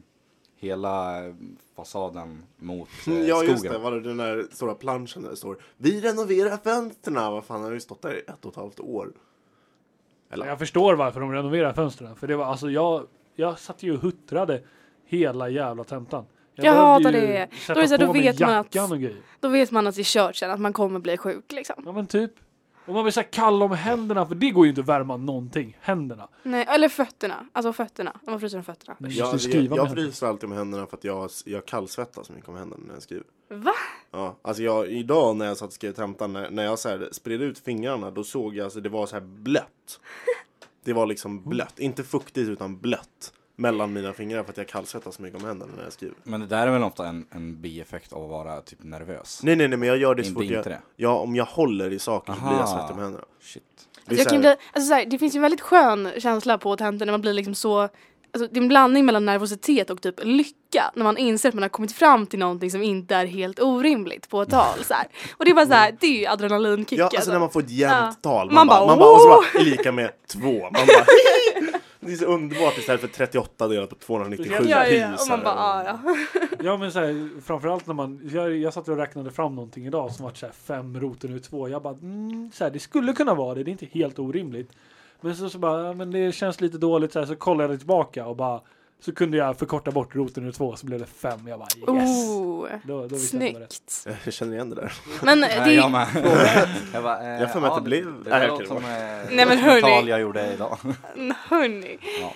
hela fasaden mot Ja skogen. just det, var det den där stora planschen där det står vi renoverar fönsterna. Vad fan har vi stått där i 1,5 år? Eller? Jag förstår varför de renoverar fönstren. För det var alltså jag satt ju och huttrade hela jävla tentan. Jag hatar behövde ju det. sätta Då är det så här, på då mig vet man att- jackan och grejer. Då vet man att det är kört sen, att man kommer bli sjuk liksom. Ja men typ. Och man vill säga kalla om händerna, för det går ju inte att värma någonting. Händerna. Nej, eller fötterna. Alltså fötterna. Man fryser om fötterna. Men Jag fryser alltid med händerna för att jag kallsvettas så mycket om händerna när jag skriver. Va? Ja, alltså idag när jag satt och skrev tentan, när jag så här spred ut fingrarna, då såg jag alltså det var så här blött. Det var liksom blött, inte fuktigt utan blött mellan mina fingrar för att jag kallsvettas så mycket om händerna när jag skriver. Men det där är väl ofta en bieffekt av att vara typ nervös. Nej, men jag gör det så Inte fort inte det. om jag håller i saker så blir jag svettig om händerna. Shit. Det är Jag så kan här- bli, alltså så här, det finns ju en väldigt skön känsla på tentor när man blir liksom så. Alltså, det är en blandning mellan nervositet och typ lycka. När man inser att man har kommit fram till någonting som inte är helt orimligt på ett tal. Så här. Och det är bara så här, det är ju adrenalinkick. Ja, alltså när man får ett jämnt Ja. tal. Man bara, och så bara lika med 2. Man bara, det är så underbart istället för 38 delat på 297 Ja, pi, och så man här. bara, ja. Ja men så här, framförallt när man jag satt och räknade fram någonting idag som var så här 5 roten ur 2. Jag bara så här, det skulle kunna vara det är inte helt orimligt. Men så bara ja, men det känns lite dåligt så här, så kollade jag tillbaka och bara så kunde jag förkorta bort roten ur 2 så blev det 5. Jag bara yes. Då visste jag att det var rätt. Snyggt. Jag känner igen det där. Men Nej, det jag med. Jag bara, Jag får med att det blev... Det Nej, var okej, som Nej, men hörni. tal jag gjorde idag. hörni. Ja.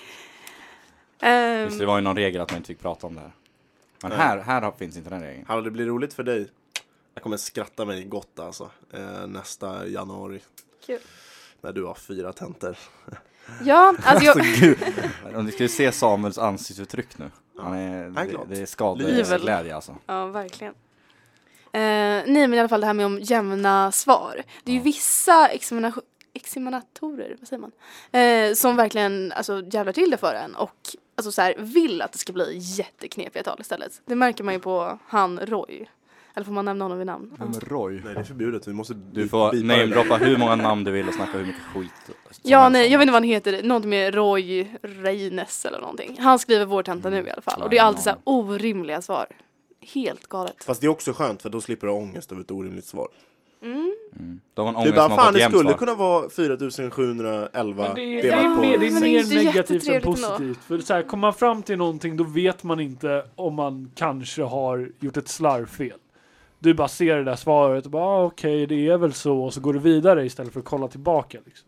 Ehm, Visst, det var ju någon regel att man inte fick prata om det här. Men här finns inte den regeln. Hallå, det blir roligt för dig. Jag kommer skratta mig gott alltså. Nästa januari. Kul. När du har 4 tentor. Ja, alltså jag... Om du skulle se Samuels ansiktsuttryck nu. Jag är glad. Det är skadeglädje alltså. Ja, verkligen. Nej, men i alla fall det här med om jämna svar. Det är ju vissa examinatorer, vad säger man? Som verkligen alltså, jävlar till det för en. Och alltså, så här, vill att det ska bli jätteknepiga tal istället. Det märker man ju på han Roy. Eller får man nämna honom vid namn? Ja. Men Roy. Nej, det är förbjudet. Vi måste Du får namedroppa hur många namn du vill och snacka hur mycket skit. Ja, nej, jag vet inte vad han heter. Någonting med Roy Reines eller någonting. Han skriver vår tenta nu i alla fall. Och det är alltid så här orimliga svar. Helt galet. Fast det är också skönt för då slipper du ångest över ett orimligt svar. Då har man Du ångest bara, som har fan fått det jämnt skulle svar. kunna vara 4711 Men det är delat på mer Men det är negativt än jättetrevligt positivt. För så här, kommer man fram till någonting då vet man inte om man kanske har gjort ett slarvfel. Du bara ser det där svaret och bara okej, det är väl så och så går du vidare istället för att kolla tillbaka. Liksom.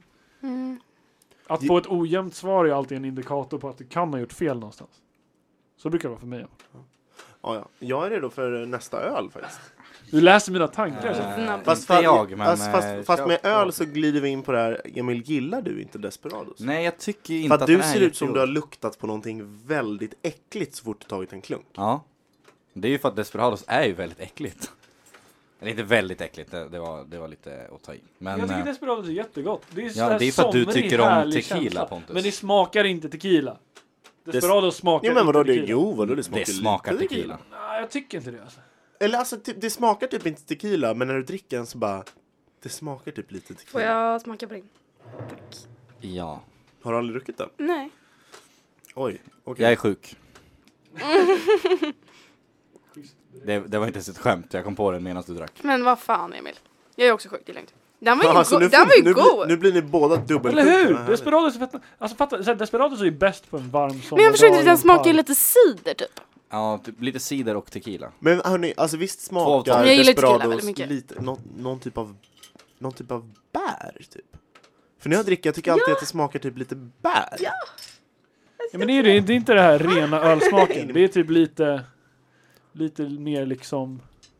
Att få ett ojämnt svar är alltid en indikator på att du kan ha gjort fel någonstans. Så brukar det vara för mig. Ja. Jag är redo för nästa öl faktiskt. Du läser mina tankar. Fast med öl så glider vi in på det här. Emil, gillar du inte Desperados? Nej, jag tycker inte För att att du den är ser ut som du har jättegod. luktat på någonting väldigt äckligt så fort du tagit en klunk. Ja. Det är ju för att Desperados är ju väldigt äckligt. Eller inte väldigt äckligt, det var lite att ta i. Men Jag tycker Desperados är jättegott. Det är, så ja, här det är för att du somrig, tycker om härlig tequila, känsla. Pontus. Men det smakar inte tequila. Desperados smakar Jo men vadå inte det? tequila. Jo vadå det smakar det smakar lite tequila. Nej, jag tycker inte det alltså. Eller alltså det smakar typ inte tequila. Men när du dricker den så bara. Det smakar typ lite tequila. Får jag smaka på din? Ja. Har du aldrig druckit den? Nej. Oj, okej. Jag är sjuk. Det var inte ens ett skämt, jag kom på det medan du drack. Men vad fan Emil? Jag är också sjuk, det är lugnt. Den var ju, Alltså, den var ju god. nu blir ni båda dubbelsjuka. Eller hur? Här. Desperados är fett. Alltså fatta, så här, Desperados är ju bäst på en varm sommardag. Men jag förstår inte, i den en smakar ju park. lite cider typ. Ja, typ lite cider och tequila. Men hörni, alltså visst Två av smakar två. Jag gillar tequila Desperados väldigt mycket. lite någon typ av bär typ. För när jag dricker jag tycker alltid att det smakar typ lite bär. Ja. Ja, men det är inte det här rena ölsmaken. Det är typ lite mer liksom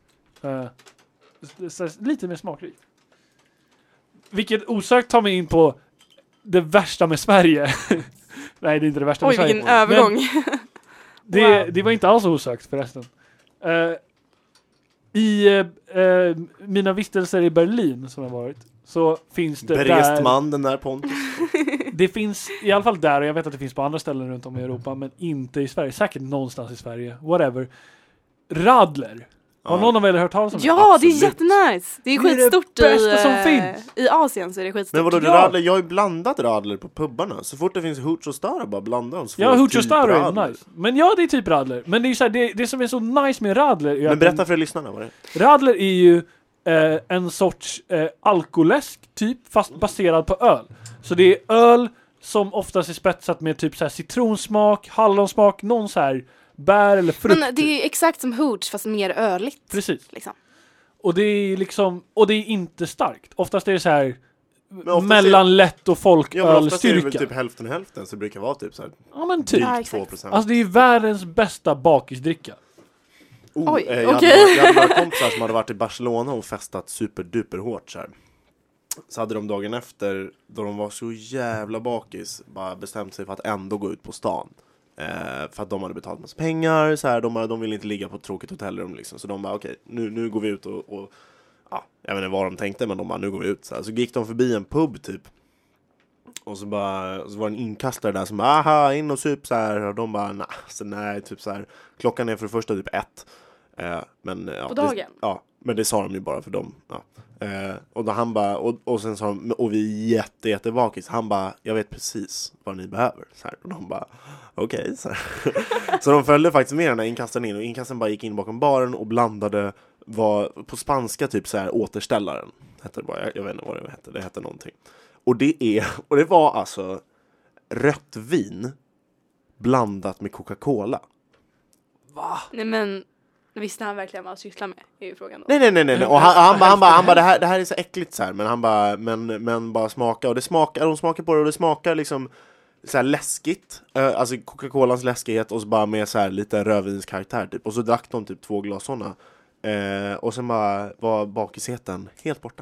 lite mer smakrikt. Vilket osökt tar mig in på det värsta med Sverige. Nej, det är inte det värsta med Oj, Sverige. vilken övergång. Det var inte alls osökt förresten. I mina vistelser i Berlin som har varit så finns det Berest man den där Pontus. det finns i alla fall där, och jag vet att det finns på andra ställen runt om i Europa, men inte i Sverige, säkert någonstans i Sverige, whatever. Radler. Har någon av er hört talas om det? Ja, det är Absolut. jättenice. Det är Det är det skitstort bästa som finns. I Asien så är det skitstort. Men vadå, Ja. radler? Jag har ju blandat radler på pubbarna. Så fort det finns hooch och star, bara blanda dem. Så får Ja, du Hooch och typ Star är radler. nice. Men ja, det är typ radler. Men det är ju så här, det som är så nice med radler är Men att berätta för lyssnarna vad det är. radler är ju en sorts alkoläsk typ, fast baserad på öl. Så det är öl som oftast är spetsat med typ så här citronsmak, hallonsmak, någon så här bär eller frukt. Men det är exakt som hooch fast mer öligt. Precis. Liksom. Och det är liksom, och det är inte starkt. Oftast är det så här oftast mellan lätt och Ja, men oftast är det väl folkölstyrka. typ hälften, så det brukar vara typ så här Ja, men typ. Ja, drygt exakt. 2%. Alltså det är ju världens bästa bakisdricka. Oj, jag hade okej. jag hade några kompisar som hade varit i Barcelona och festat superduper hårt så här. Så hade de dagen efter, då de var så jävla bakis, bara bestämt sig för att ändå gå ut på stan. För att de hade betalat massa pengar, så här, de ville inte ligga på ett tråkigt hotellrum liksom. Så de bara okej, nu går vi ut och ja, jag vet inte vad de tänkte, men de bara nu går vi ut så här. Så gick de förbi en pub typ. Och så var det en inkastare där som bara, aha, in och sup så här. Och de bara, nej, typ så här. Klockan är för det första typ 1. Men, ja, På dagen? Men det sa de ju bara för dem. Ja. Och då han bara, och sen sa de, och vi är jättebakis. Han bara, jag vet precis vad ni behöver. Så här. Och de bara, okej. Så här. Så de följde faktiskt med den här inkastaren in. Och inkastaren bara gick in bakom baren och blandade, var på spanska typ så här, återställaren. Hette det bara, jag vet inte vad det hette. Det hette någonting. Och det var alltså rött vin blandat med Coca-Cola. Nej men, visste han verkligen vad han sysslar med? Är ju frågan då. Nej. Och han bara det här är så äckligt så här, men han bara men bara smaka, och de smakar på det, och det smakar liksom så här läskigt. Alltså Coca-Colans läskighet, och så bara med så här lite rödvinskaraktär typ, och så drack de typ 2 glas såna. Och sen bara var bakisheten helt borta.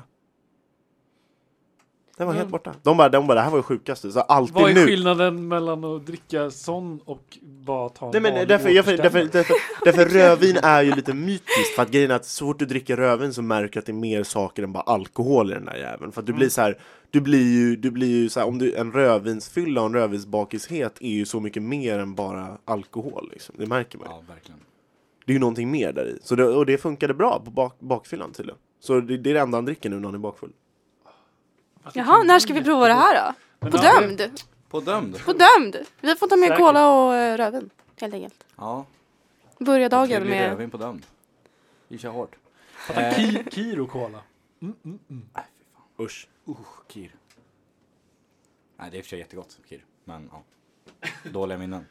Den var helt borta. De bara, det här var det sjukaste. Så alltid Vad är nu. skillnaden mellan att dricka sån och bara ta en Nej, men vanlig därför rödvin är ju lite mytiskt. För att grejen är att så fort du dricker rödvin så märker du att det är mer saker än bara alkohol i den där jäveln. För att du blir så här, du blir ju så här, om du en rödvinsfylla och en rödvinsbakishet är ju så mycket mer än bara alkohol liksom. Det märker man. Ja, verkligen. Det är ju någonting mer där i. Så och det funkade bra på bakfyllan tydligen. Så det är det enda han dricker nu när han är bakfull. Jaha, när ska vi prova det här då? Men På ja, dömd? På dömd? På dömd! Vi får ta med Säkert. cola och rödvin, helt enkelt. Ja. Börja dagen Det blir med... rödvin på dömd. Vi kör hårt. Fatta Kiro Cola. Nej, fy fan. Usch. Kir. Nej, det är i och för sig jättegott, Kir. Men ja. Dåliga minnen.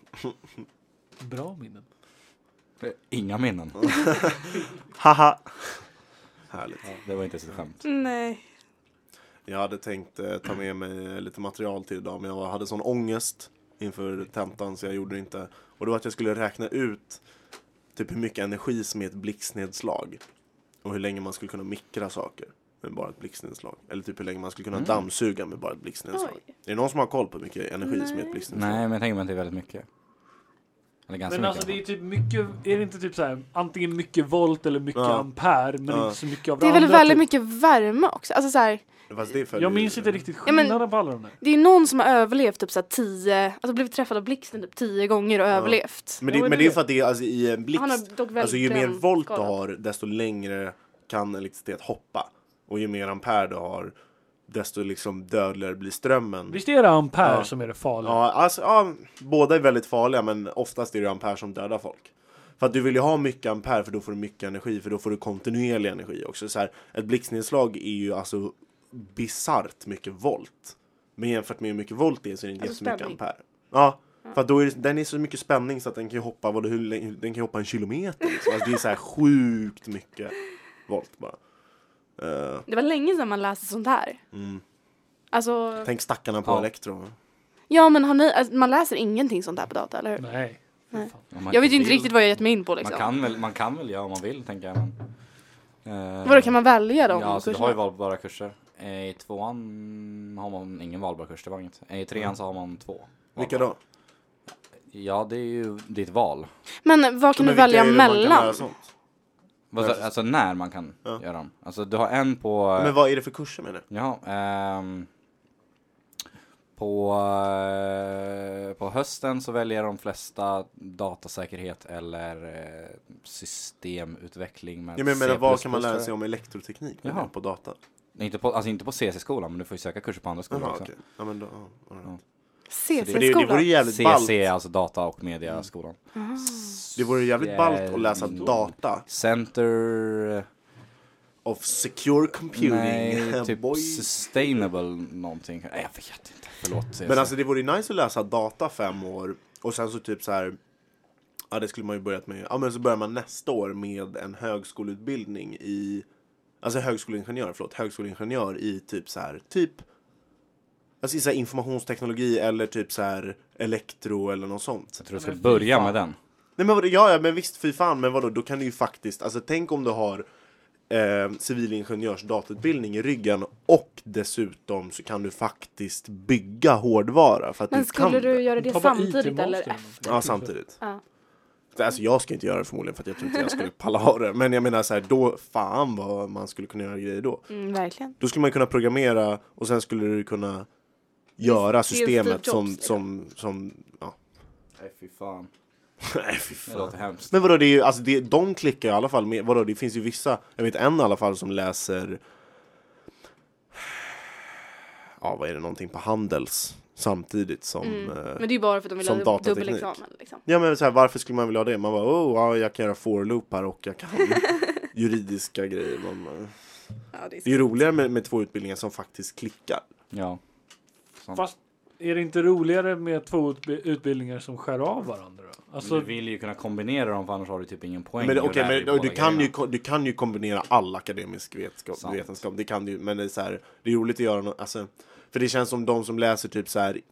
Bra minnen. Inga minnen. Haha. Härligt. Ja, det var inte så skämt. Nej. Jag hade tänkt ta med mig lite material till idag, men jag hade sån ångest inför tentan så jag gjorde det inte. Och det var att jag skulle räkna ut typ hur mycket energi som är ett blixtnedslag. Och hur länge man skulle kunna mikra saker med bara ett blixtnedslag. Eller typ hur länge man skulle kunna dammsuga med bara ett blixtnedslag. Oj. Är det någon som har koll på hur mycket energi som är ett blixtnedslag? Nej, men jag tänker mig att det är väldigt mycket. Eller ganska Men mycket. alltså det är typ mycket, är det inte typ så här antingen mycket volt eller mycket Ja. ampere, men Ja. inte så mycket av Det är väl andra, väldigt typ. mycket värme också. Alltså så här, Fast det Jag minns inte riktigt Ja, men- skillnaden på alla de där. det är någon som har överlevt typ så här 10, alltså blivit träffad av blixten typ 10 gånger och överlevt. Men Ja, det, men men det- det är för att det är alltså, i en blixt, Han har dock väldigt alltså ju mer volt du skadat. har, desto längre kan elektricitet hoppa. Och ju mer ampere du har, desto liksom dödligare blir strömmen. Visst är det ampere Ja. som är det farliga? Ja, alltså, ja, båda är väldigt farliga, men oftast är det ampere som dödar folk. För att du vill ju ha mycket ampere, för då får du mycket energi, för då får du kontinuerlig energi också. Så här, ett blixtnedslag är ju alltså bisarrt mycket volt. Men jämfört med hur mycket volt det är så är det inte Alltså jättemycket spänning. ampere. Ja, för att då är den är så mycket spänning så att den kan ju hoppa, den kan ju hoppa 1 kilometer. Liksom. Alltså, det är så här sjukt mycket volt bara. Det var länge sedan man läste sånt här. Alltså, Tänk stackarna på Ja. elektro. ja men har ni, alltså, man läser ingenting sånt här på data, eller hur? Nej. Nej. Om man Jag vet ju inte vill. riktigt vad jag gett mig in på liksom. Man kan väl göra om man vill, tänker jag. Men, Vadå, kan man välja dem? Ja, alltså, du kurserna? har ju valbara kurser. I 2:an har man ingen valbar kurs, det var inget. I 3:an så har man 2. Vilka då? Ja, det är ju ditt val. Men vad kan du vilka välja är det man kan mellan? lära sånt? Alltså när man kan göra dem. Alltså du har en på... Men vad är det för kurser menar du? Ja, på hösten så väljer de flesta datasäkerhet eller systemutveckling med Jag menar, C++. vad kan man lära sig om elektroteknik Jaha. på data? Inte på CC-skolan, men du får ju söka kurser på andra skolor Jaha, också. okej. Ja, men då, ja. Ja. Det vore ju CC-skolan? jävligt ballt. CC är alltså data- och mediaskolan. Det vore jävligt ballt att läsa data Center... of secure computing. Nej, typ Boy. sustainable någonting. Nej, jag vet inte. Förlåt. CC. Men alltså det vore ju nice att läsa data 5 år. Och sen så typ så här. Ja, det skulle man ju börjat med. Ja, men så börjar man nästa år med en högskoleutbildning i... Alltså högskoleingenjör i typ så här. Alltså i så här informationsteknologi eller typ så här elektro eller något sånt. Jag tror du ska börja med den. Nej men ja, men visst, fy fan, men vadå, då kan du ju faktiskt, alltså tänk om du har civilingenjörs datautbildning i ryggen och dessutom så kan du faktiskt bygga hårdvara för att Men du kan skulle du göra det Ta bara samtidigt IT-master eller eller efter? Ja, samtidigt. Ja. Alltså jag ska inte göra det förmodligen för att jag tror inte jag skulle palla ha det. Men jag menar så här, då, fan vad man skulle kunna göra grejer då. Verkligen. Då skulle man kunna programmera och sen skulle du kunna göra det är systemet Steve Jobs, som ja. Nej, fy fan. Nej, fy Det fan. låter hemskt. Men vadå, det är ju, alltså de klickar i alla fall med, vadå, det finns ju vissa, jag vet en i alla fall som läser, ja vad är det, någonting på Handels samtidigt som, Men det är ju bara för att de vill som ha datateknik. dubbelexamen liksom. ja men så här, varför skulle man vilja ha det? Man bara, ja, jag kan göra for loop här och jag kan juridiska grejer. Ja, det Det är ju roligare med 2 utbildningar som faktiskt klickar. Ja. Fast är det inte roligare med 2 utbildningar som skär av varandra då? Alltså, Du vill ju kunna kombinera dem, för annars har du typ ingen poäng. Men i att okej, lära dig men båda du kan ju kombinera all akademisk Sant. vetenskap. Det kan du, men det är så här, det är roligt att göra något, alltså, för det känns som de som läser typ så här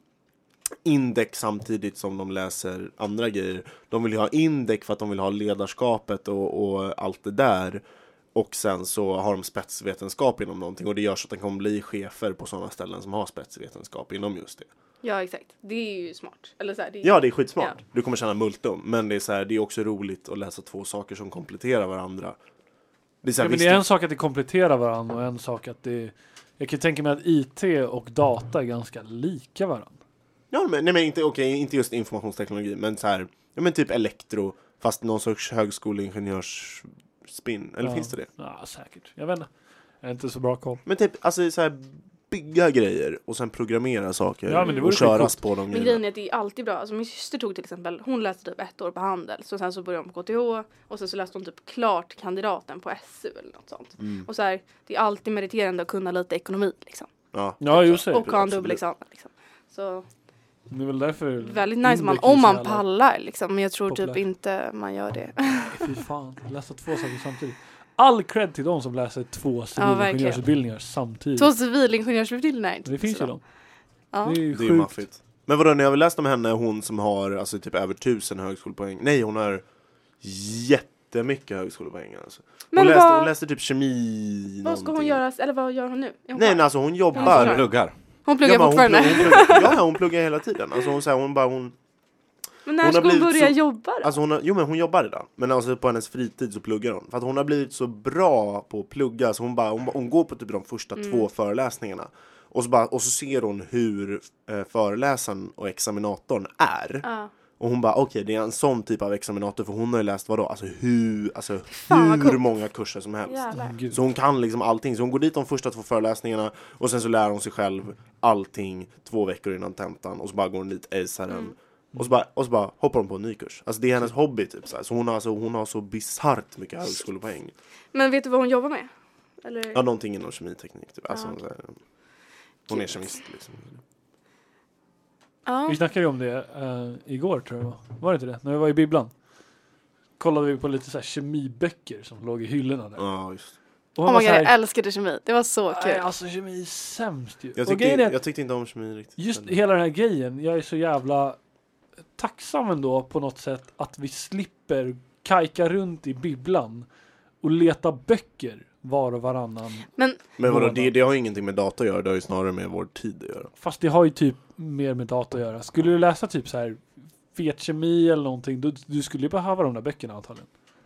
index samtidigt som de läser andra grejer. De vill ju ha index för att de vill ha ledarskapet och allt det där. Och sen så har de spetsvetenskap inom någonting och det gör så att de kommer bli chefer på sådana ställen som har spetsvetenskap inom just det. Ja, exakt. Det är ju smart. Eller så här, det är... Ja, det är skitsmart. Ja. Du kommer tjäna multum, men det är så här, det är också roligt att läsa 2 saker som kompletterar varandra. Det är så här, ja, men det är en sak att det kompletterar varandra och en sak att det... Jag kan tänka mig att IT och data är ganska lika varandra. Ja, men nej, men inte just informationsteknologi, men så här, ja men typ elektro, fast någon sorts högskoleingenjörsspin, eller finns det det? Ja, säkert. Jag vet inte. Jag är inte så bra koll. Men typ, alltså så här, bygga grejer och sen programmera saker Ja, men det vore och köras skitcoolt. på de Men grejerna. grejen är att det är alltid bra. Alltså min syster tog till exempel, hon läste typ 1 år på Handel. Så sen så började hon på KTH. Och sen så läste hon typ klart kandidaten på SU eller något sånt. Och så här, det är alltid meriterande att kunna lite ekonomi liksom. Ja. Ja, just det. Och ha en absolut. dubbelexamen liksom. Så Det är väl därför... väldigt nice Index om är man så jävla- pallar liksom. Men jag tror populärt. typ inte man gör det. Fy fan, läsa 2 saker samtidigt. All cred till de som läser 2 civilingenjörsutbildningar samtidigt. 2 civilingenjörsutbildningar. Det finns ju de. Ja. Det är ju Det är ju sjukt. maffigt. Men vadå, när jag har läst om henne, hon som har alltså typ över 1000 högskolepoäng. Nej, hon har jättemycket högskolepoäng alltså. Men Hon läste typ kemi vad ska hon någonting. göra? Eller vad gör hon nu? Är hon Nej, klar? alltså hon Du jobbar. pluggar. Hon pluggar Ja, men fortfarande. hon pluggar hela tiden. Alltså hon säger hon Men när hon ska har hon blivit börja så- jobba då? alltså hon jobbar redan. Men alltså på hennes fritid så pluggar hon. För att hon har blivit så bra på att plugga så hon går på typ de första 2 föreläsningarna. Och så ser hon hur föreläsaren och examinatorn är. Ja. Och hon bara, okej, det är en sån typ av examinator. För hon har ju läst vadå? Alltså Fan, vad hur coolt. många kurser som helst. Jävlar. Gud. Så hon kan liksom allting. Så hon går dit de första 2 föreläsningarna. Och sen så lär hon sig själv allting 2 veckor innan tentan. Och så bara går hon dit, acear den. Och så bara hoppar hon på en ny kurs. Alltså det är hennes hobby typ. Så hon har så bisarrt mycket högskolepoäng. Men vet du vad hon jobbar med? Eller? Ja, någonting inom kemiteknik typ. Alltså, okej. så här, hon är kemist liksom. Ja. Vi snackade ju om det igår tror jag det var. Var det inte det? När vi var i bibblan. Kollade vi på lite så här kemiböcker som låg i hyllorna där. Ja, just. Och Oh han my var god, så jag här, älskade kemi. Det var så kul. nej, alltså kemi är sämst ju. Jag Och grejen är, tyckte inte om kemi riktigt. just hela den här grejen, jag är så jävla tacksam ändå på något sätt att vi slipper kajka runt i bibblan och leta böcker var och varannan. Men Men vadå, det har ju ingenting med data att göra. Det har ju snarare med vår tid att göra. Fast det har ju typ mer med data att göra. Skulle du läsa typ så här fet kemi eller någonting, du skulle ju behöva de där böckerna antagligen.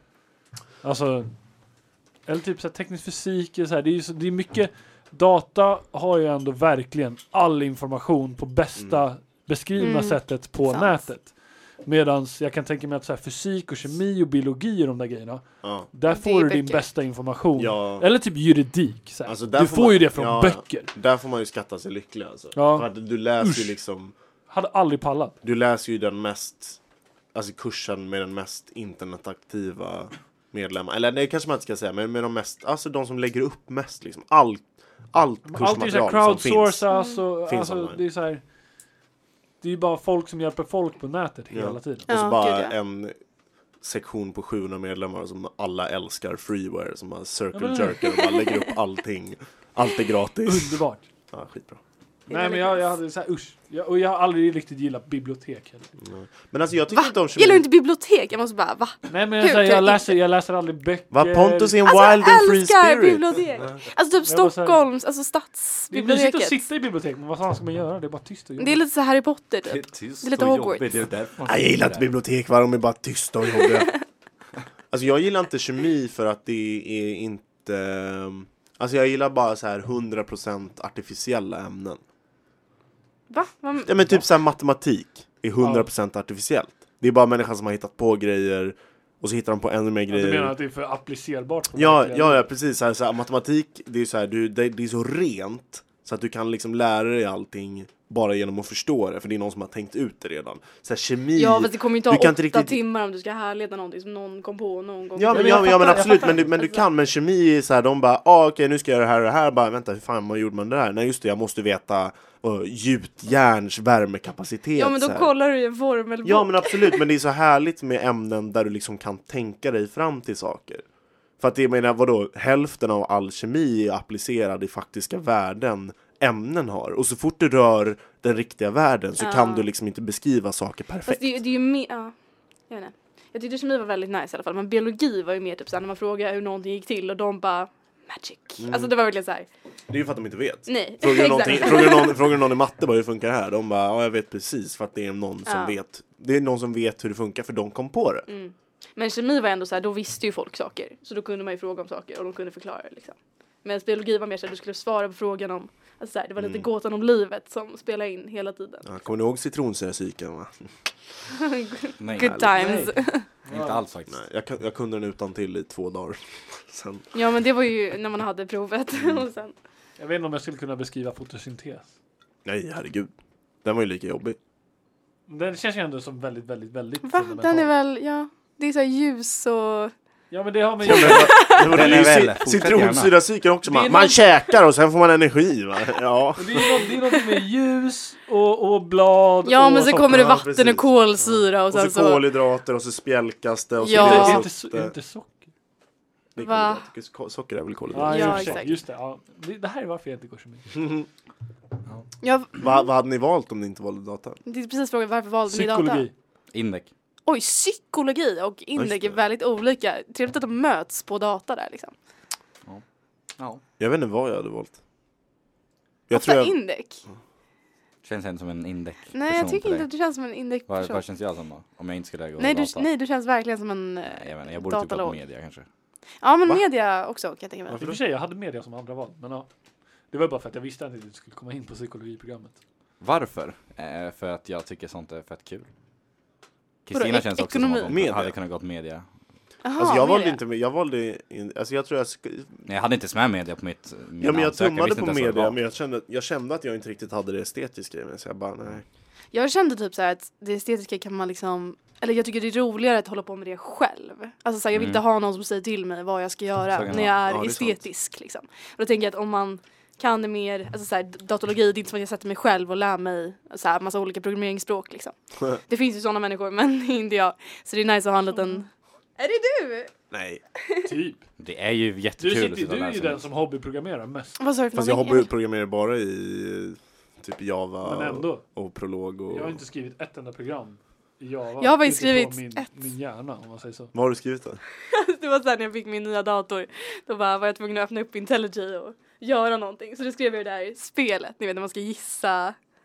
Alltså, eller typ så här, teknisk fysik, så här, det är mycket, data har ju ändå verkligen all information på bästa beskrivna sättet på nätet. Medans jag kan tänka mig att så här, fysik och kemi och biologi och de där grejerna, där får du din bästa information. Ja. Eller typ juridik. Så Alltså, du får ju det från böcker. Där får man ju skatta sig lycklig alltså. Ja. För att du läser ju liksom... Hade aldrig pallat. Du läser ju den mest... Alltså kursen med den mest internetaktiva medlemmar. Eller det kanske man inte ska säga, men med de mest... Alltså de som lägger upp mest liksom. Allt kursmaterial som finns. Crowdsourcas och Finns alltså, det är så här... Det är ju bara folk som hjälper folk på nätet hela tiden. Och så Ja, bara gud, ja. en sektion på 700 medlemmar som alla älskar freeware, som bara circle jerker och bara lägger upp allting. Allt är gratis. Underbart. Ja, skitbra. Nej, men jag hade så här, usch. Och jag har aldrig riktigt gillat bibliotek heller. Men alltså jag tycker inte om Gillar du inte bibliotek? Jag måste bara, va? Nej, men Hur? jag läser aldrig böcker. Va, Pontus är en Alltså wild and free jag älskar spirit. bibliotek! Alltså typ Jag bara så här- Stockholms, alltså Det är mysigt stadsbiblioteket. att sitta i bibliotek, men vad fan ska man göra? Det är bara tyst och Det är lite så Harry Potter Det är typ. tyst Det är lite och Hogwarts. jobbigt. Det är därför man Jag sitter gillar inte där. bibliotek, va? De är bara tysta och jobbiga. Alltså jag gillar inte kemi för att det är inte... Alltså jag gillar bara så här 100% artificiella ämnen. Va? Ja, men typ så här matematik är 100% artificiellt. Det är bara människan som har hittat på grejer och så hittar de på ännu mer Du grejer. menar att det är för applicerbart? På Ja, precis. Så här, matematik, det är så här, det är så rent så att du kan liksom lära dig allting bara genom att förstå det, för det är någon som har tänkt ut det redan. Så här, kemi... Ja, fast det kommer ju ta du kan 8 inte riktigt- timmar om du ska härleda någonting som någon kom på någon gång. Ja, men, jag ja, men fattar, absolut, jag fattar. men du kan, men kemi är så här, de bara, okej, nu ska jag göra det här och det här, bara, vänta, hur fan gjorde man det där? Nej, just det, jag måste veta gjutjärns värmekapacitet. Ja, men då så här. kollar du i en formelbok. Ja, men absolut, men det är så härligt med ämnen där du liksom kan tänka dig fram till saker. För att det menar, vadå, hälften av all kemi är applicerad i faktiska värden ämnen har. Och så fort du rör den riktiga världen så kan du liksom inte beskriva saker perfekt. Fast det är ju mer... Ja, jag vet inte. Jag tyckte kemi var väldigt nice i alla fall. Men biologi var ju mer typ såhär när man frågade hur någonting gick till och de bara... Magic. Alltså det var verkligen såhär... Det är ju för att de inte vet. Nej, Frågar du någon i matte bara hur det funkar här? De bara, ja, jag vet precis, för att det är någon som vet. Det är någon som vet hur det funkar, för de kom på det. Men kemi var ändå så här, då visste ju folk saker. Så då kunde man ju fråga om saker och de kunde förklara det liksom. Men biologi var mer så här, du skulle svara på frågan om, alltså så här, det var lite gåtan om livet som spelade in hela tiden. Ja, kommer ni ihåg citronsyracykeln, va? Nej, Good times. inte alls faktiskt. Nej, jag kunde den utan till i 2 dagar. Sen, Ja, men det var ju när man hade provet. Och sen... Jag vet inte om jag skulle kunna beskriva fotosyntes. nej, herregud. Den var ju lika jobbig. Den känns ju ändå som väldigt, väldigt, väldigt Va? fundamental. Den är väl, ja. Det är så här ljus och... Ja, men det har man Ja, ju... men, Den är väl, fortsätt citronsyracykeln också. Det är Man någon- käkar och sen får man energi, va? Ja. Det är något med ljus och blad. Ja, och men så socker. kommer det Ja, vatten precis. och kolsyra och Och sen så så... kolhydrater och så spjälkas det och så Ja. blir Är det inte, sött. är inte socker? Det är Va? kolhydrater. Socker är väl Ja, kolhydrater. Ja, i och för sig. exakt. Just det. Ja. Det här är varför jag inte går så mycket. Ja, Vad hade ni valt om ni inte valde data? det är precis frågan, varför valde ni data? Psykologi. Indek. Oj, psykologi och indek det. är väldigt olika. Trevligt att de möts på data där liksom. Ja. Jag vet inte vad jag hade valt. Jag Ofta tror jag... indek. Känns inte som en indek. Nej, jag tycker inte att du känns som en indek-person. Vad känns jag som då? Om jag inte skulle gå Nej, data? du känns verkligen som en Jag vet inte, jag borde typ gå på datalog. media kanske. Ja, men Va? media också kan jag tänka mig. I och för sig, jag hade media som andra val. Men ja. Det var bara för att jag visste att jag inte skulle komma in på psykologiprogrammet. Varför? För att jag tycker sånt är fett kul. Kristina känns också ekonomi? som att hon Media? hade kunnat gått media. Aha, Alltså jag valde media. inte, jag valde alltså jag tror jag Nej, jag hade inte ens med media på mitt ja, men jag ansökan. tummade visste på inte ens vad det media, var. men jag kände att jag inte riktigt hade det estetiska i mig, så jag bara nej. Jag kände typ så här att det estetiska kan man liksom... Eller jag tycker det är roligare att hålla på med det själv. Alltså så här, jag vill inte ha någon som säger till mig vad jag ska göra Så kan när det jag vara. är Ja, det är sant. estetisk liksom. Och då tänker jag att om man kan det mer, alltså så här, datologi, det är inte som att jag sätter mig själv och lär mig så här, massa olika programmeringsspråk liksom. Det finns ju sådana människor, men inte jag. Så det är nice att ha en liten... Är det du? Nej. Typ. Det är ju Du, jättekul att sitter, sitta och du är läsa ju den nytt. som hobbyprogrammerar mest. Vad sa du för Fast jag någonting? hobbyprogrammerar bara i typ Java Men ändå. och prolog och... Jag har inte skrivit ett enda program i Java. Jag har bara utifrån skrivit ett. min hjärna, om man säger så. Vad har du skrivit då? Det var sen när jag fick min nya dator. Då var jag tvungen att öppna upp IntelliJ och göra någonting. Så då skrev jag det där spelet, ni vet när man ska gissa.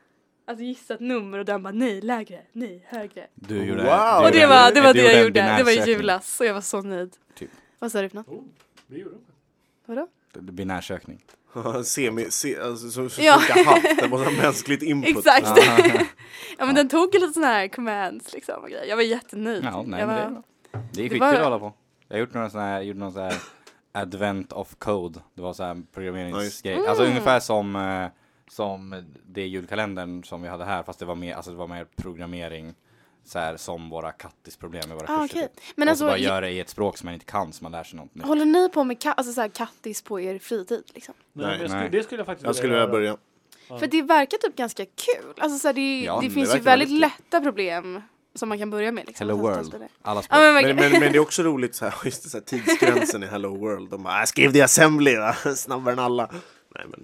Alltså gissa ett nummer och den bara nej, lägre, nej, högre. Du gjorde Wow. Och det var det jag en gjorde. Det var i binärsökning. julas och jag var så nöjd. Typ. Vad sa du för något? Det gjorde de. Vadå? Binärsökning. Alltså, så Ja. funkar halvt. Det måste ha mänskligt input. Exakt. Ja. Ja men den tog lite sån här commands liksom och grejer. Jag var jättenöjd. Ja, nej, jag men var... det är Det skitkul var- att hålla på. Jag har gjort någon sån här advent of code. Det var så här programmeringsgrej. Alltså ungefär som det julkalendern som vi hade här, fast det var mer programmering så här, som våra kattisproblem i våra kurser. okej. Typ. Men Och alltså, så bara göra det i ett språk som man inte kan, så man lär sig något nytt. håller ni på med alltså, så här, kattis på er fritid liksom? Nej, men nej. det skulle jag faktiskt Jag skulle vilja börja. För det verkar typ ganska kul. Alltså så här, Ja, det det finns ju verkar väldigt väldigt lätta problem som man kan börja med liksom. Hello Och sen World. testa det. Alla Ja, språk. men, Men det är också roligt så här, just det, så här, tidsgränsen i Hello World. De bara, skriv det i assembly va? Snabbare än alla. Nej men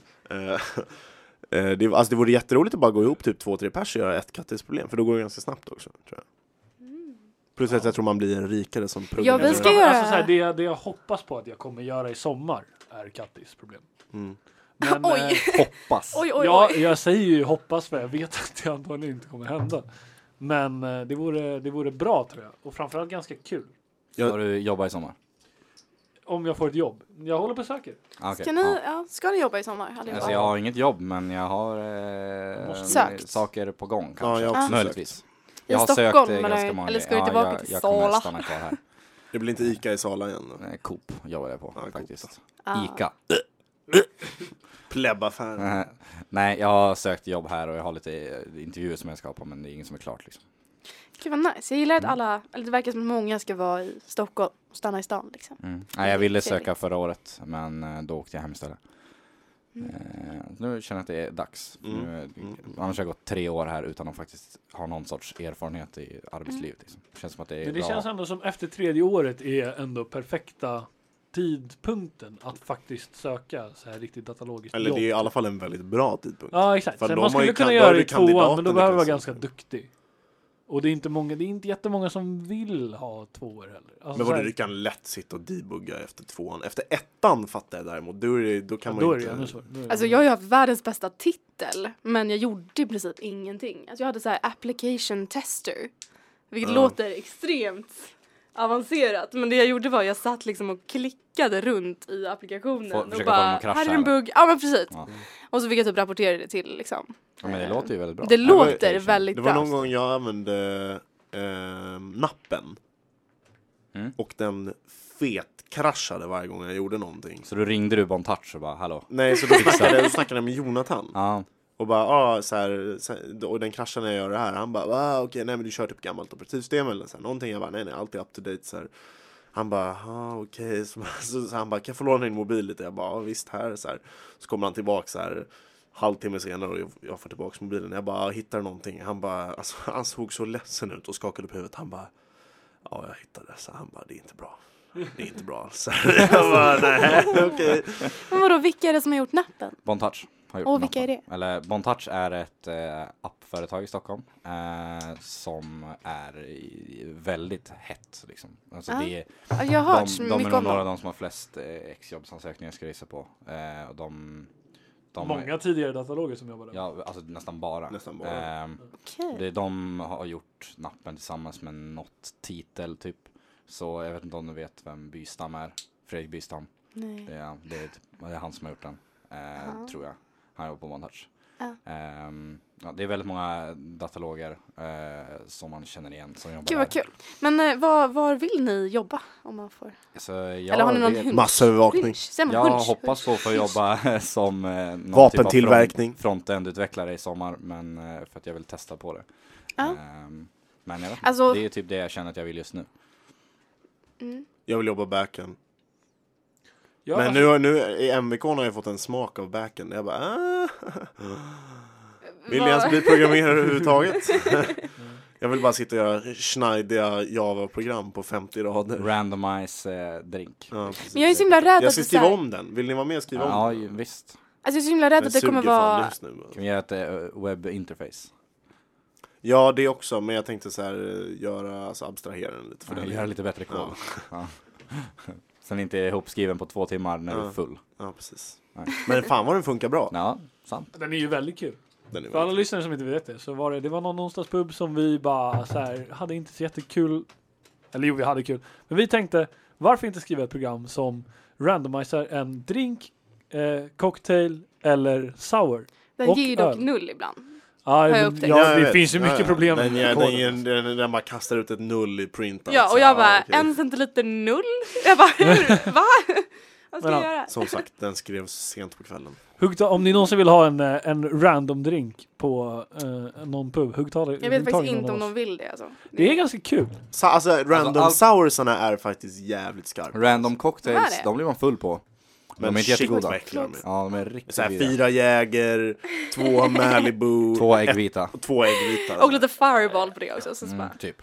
det vore jätteroligt att bara gå ihop typ 2-3 pers och göra ett kattisproblem, för då går det ganska snabbt också, tror jag. Plus att jag tror man blir en rikare som programmerare. vi ska göra- Alltså, så här, det jag hoppas på att jag kommer göra i sommar är kattisproblem. Mm. Men, Oj. Hoppas. Oj, oj, ja, oj. jag säger ju hoppas, för jag vet att det antagligen inte kommer hända. Men det vore bra, tror jag. Och framförallt ganska kul. Ska du jobba i sommar? Om jag får ett jobb. Jag håller på och söker. Okay. Ska ni jobba i sommar? Alltså, jag har inget jobb, men jag har Sökt. saker på gång kanske. Ja, jag har också möjligtvis. I Jag har Stockholm, sökt ganska många. eller ska du tillbaka till jag kommer Sala? stanna kvar här. Det blir inte Ica i Sala igen då. Coop jobbar jag på Ja, Coop. faktiskt. Ah. Ica. Plebbaffär. Nej, jag har sökt jobb här och jag har lite intervjuer som jag ska på, men det är ingen som är klart liksom. Gud vad nice. Jag gillar att alla, eller det verkar som att många ska vara i Stockholm och stanna i stan liksom. Nej, jag ville Trevligt. söka förra året, men då åkte jag hem istället. Nu känner jag att det är dags. Annars har jag gått 3 år här utan att faktiskt ha någon sorts erfarenhet i arbetslivet. Liksom. Det känns som att det är Men det bra. känns ändå som efter 3:e året är ändå perfekta tidpunkten att faktiskt söka så här riktigt datalogiskt Eller jobb. det är i alla fall en väldigt bra tidpunkt. Ja, exakt. För Sen de man har ju skulle kunna då göra har det du i 2:an, men då kandidaten behöver man vara lyckas. ganska duktig. Och det är inte jättemånga som vill ha 2 år heller. Alltså, Men så här- du kan lätt sitta och debugga efter 2:an. Efter 1:an fattar jag däremot. Då kan ja, man då är inte... det ännu svårare. Alltså jag har ju haft världens bästa titel, men jag gjorde i princip ingenting. Alltså jag hade så här application tester, vilket låter extremt avancerat. Men det jag gjorde var jag satt liksom och klickade runt i applikationen och försöka få dem bara, att krascha, här är en eller? bugg. Ja men precis. Ja. Och så fick jag typ rapportera det till liksom. Ja, men det låter ju väldigt bra. Det låter Application. väldigt Det var bra. någon gång jag använde nappen. Och den kraschade varje gång jag gjorde någonting. Så då ringde du Bontouch och bara, hallå? Nej, så då snackade jag med Jonathan. Ja. Och bara, så här, och den kraschar när jag gör det här. Han bara, okej, nej men du kör typ gammalt operativsystem eller så här, någonting. Jag bara, nej, allt är up to date så här. Han bara, okej. Så han bara, kan jag få låna din mobil lite? Jag bara, visst här så här. Så kommer han tillbaka så här halvtimme senare och jag får tillbaka mobilen. Jag bara, hittar någonting. Han bara, alltså, han såg så ledsen ut och skakade på huvudet. Han bara, ja, jag hittade det. Så han bara, det är inte bra. Det är inte bra alls. Jag bara, nej, okej. Men vadå, vilka är det som har gjort nappen? Bontouch har gjort Och vilka är det? Eller Bontouch är ett appföretag i Stockholm som är väldigt hett liksom. Alltså det är, Ja, jag har hört de är mycket nog om några av dem. de som har flest exjobbsansökningar ska jag gissa på. Och de Många tidigare dataloger som jobbade. Ja, alltså nästan bara. Okej. De har gjort nappen tillsammans med något titel typ. Så jag vet inte om du vet vem Bystam är. Fredrik Bystam. Nej. Det är han som har gjort den. Tror jag. Han jobbar på Bontouch. Ja. Det är väldigt många dataloger som man känner igen som jobbar Gud vad där. kul. Men var vill ni jobba om man får? Så Eller har ni någon hunch? Massövervakning. Hunch? Säger man Jag hunch? hoppas på att få jobba som någon Vapentillverkning. typ av frontend-utvecklare i sommar, men för att jag vill testa på det. Ja. Men jag vet inte. Alltså- Det är typ det jag känner att jag vill just nu. Jag vill jobba backend. Ja, Men alltså, nu i MVK har jag fått en smak av backend. Jag bara, vill jag ens bli programmerare överhuvudtaget? Jag vill bara sitta och göra schneidiga Java-program på 50 rader. Randomize drink. Ja, precis. Men jag är så himla rädd Jag att ska det skriva så här- om den. Vill ni vara med och skriva om Ja, den? visst. Alltså jag är så himla rädd Den att det kommer suger fan vara... just nu. Kan vi göra ett webbinterface? Ja, det också. Men jag tänkte så här göra, alltså abstrahera den lite. För den Göra lite bättre kod. Ja. Ja. Sen inte ihopskriven på 2 timmar när du är full. Ja, precis. Nej. Men fan vad den funkar bra. Ja, sant. den är ju väldigt kul. Den är För alla väldigt- lyssnare som inte vet det så var det var någon onsdagspub som vi bara så här, hade inte så jättekul. Eller jo, vi hade kul. Men vi tänkte, varför inte skriva ett program som randomiserar en drink, cocktail eller sour? Den Och ger ju dock öl. 0 ibland. Ja, jag men, upptäckt. ja, jag det vet. finns ju mycket problem Den, med koden. den bara kastar ut ett 0 i print. Ja, alltså. och jag bara, okej. 1 centiliter 0? Jag bara, hur? Va? Vad ska Men jag ja, göra? Som sagt, den skrevs sent på kvällen. Om ni någonsin vill ha en random drink på någon pub, hugg Jag vet faktiskt inte om de vill det alltså. Det är ganska kul. Alltså, random allt- soursarna är faktiskt jävligt skarpa. Random cocktails, Vad är det? de blir man full på. Men de är inte shit, jättegoda. vad äckliga de är. Ja, de är riktigt Såhär goda. 4 Jäger, 2 Malibu, 2 äggvita. 2 äggvita. Och lite fireball på det också. Så bara. Typ.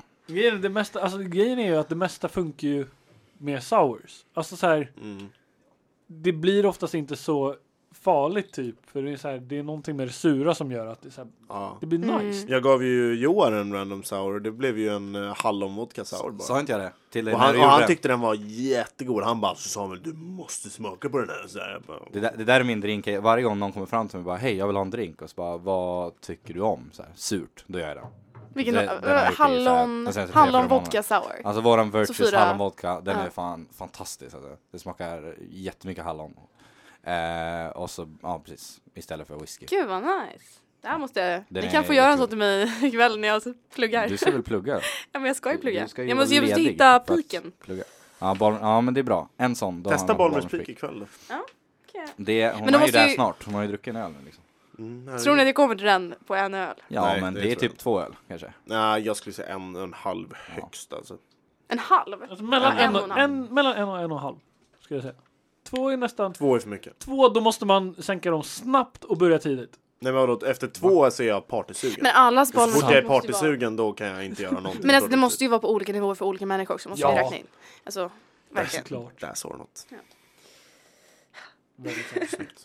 Grejen är ju att det mesta funkar ju med sours. Alltså så här, Mm. det blir oftast inte så farligt typ. För det är, så här, det är någonting med det sura som gör att det, är så här, Ja. det blir nice. Jag gav ju Johan en random sour. Det blev ju en hallonvodka sour bara. Sa inte jag det? Till dig Och när han, du och han gjorde tyckte den var jättegod. Han bara, så Samuel, du måste smaka på den här. Så här, jag bara, det där är min drink. Varje gång någon kommer fram till mig och bara, hej, jag vill ha en drink. Och så bara, vad tycker du om? Så här, surt, då gör jag det. Vilken Den har jag gjort i så här, de senaste 3-4 hallon månaderna. vodka sour. Alltså våran Virtuous Sofia. hallonvodka, den Ja. är fan fantastisk. Alltså. Det smakar jättemycket hallon. Och så, ja precis, istället för whisky. Gud vad nice. Det här måste jag... Den Ni kan är få göra jättegod. så till mig ikväll när jag pluggar. Du ska väl plugga? Ja men jag ska ju plugga. Du ska ju Jag vara måste ledig hitta för att piken. plugga. Ja, ja, men det är bra. En sån. Då har testa man Bollnäs Bollnäs Peak ikväll då. Okay. Hon Men de är ju måste där ju- snart. Hon har ju druckit en öl nu liksom. Tror ni att jag kommer till den på en öl? Ja, Nej, men det det är tror jag typ 2 öl kanske. Nej, jag skulle säga en och en halv högst alltså. En halv? Alltså mellan Ja, en en och en halv. mellan en och en och en halv. Ska jag säga. 2 är nästan... 2 är för mycket. 2, då måste man sänka dem snabbt och börja tidigt. Nej men vadå, efter 2 så är jag partysugen. Men allas Så boll fort jag är måste ju vara... partysugen då kan jag inte göra någonting. Men alltså det måste ju vara på olika nivåer för olika människor också. Måste Ja. vi räkna in. Alltså, verkligen. Såklart. Där såg något. Väldigt sant. Snyggt.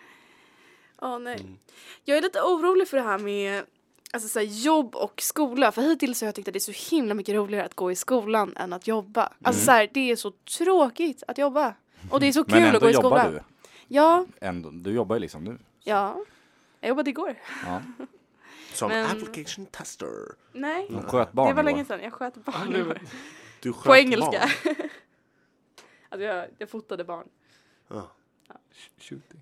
Åh nej. Jag är lite orolig för det här med alltså, så här, jobb och skola. För hittills har jag tyckt att det är så himla mycket roligare att gå i skolan än att jobba. Alltså så här, det är så tråkigt att jobba. Och det är så Men kul att gå ändå i jobbar skolan. du. Ja, Ändå, du jobbar ju liksom nu. ja. Jag jobbade igår. Ja. Som Men- application tester. Nej, Hon sköt barn det var igår. länge sedan. Jag sköt barn igår. Du sköt På engelska. barn. Alltså jag fotade barn. Ja. Shooting.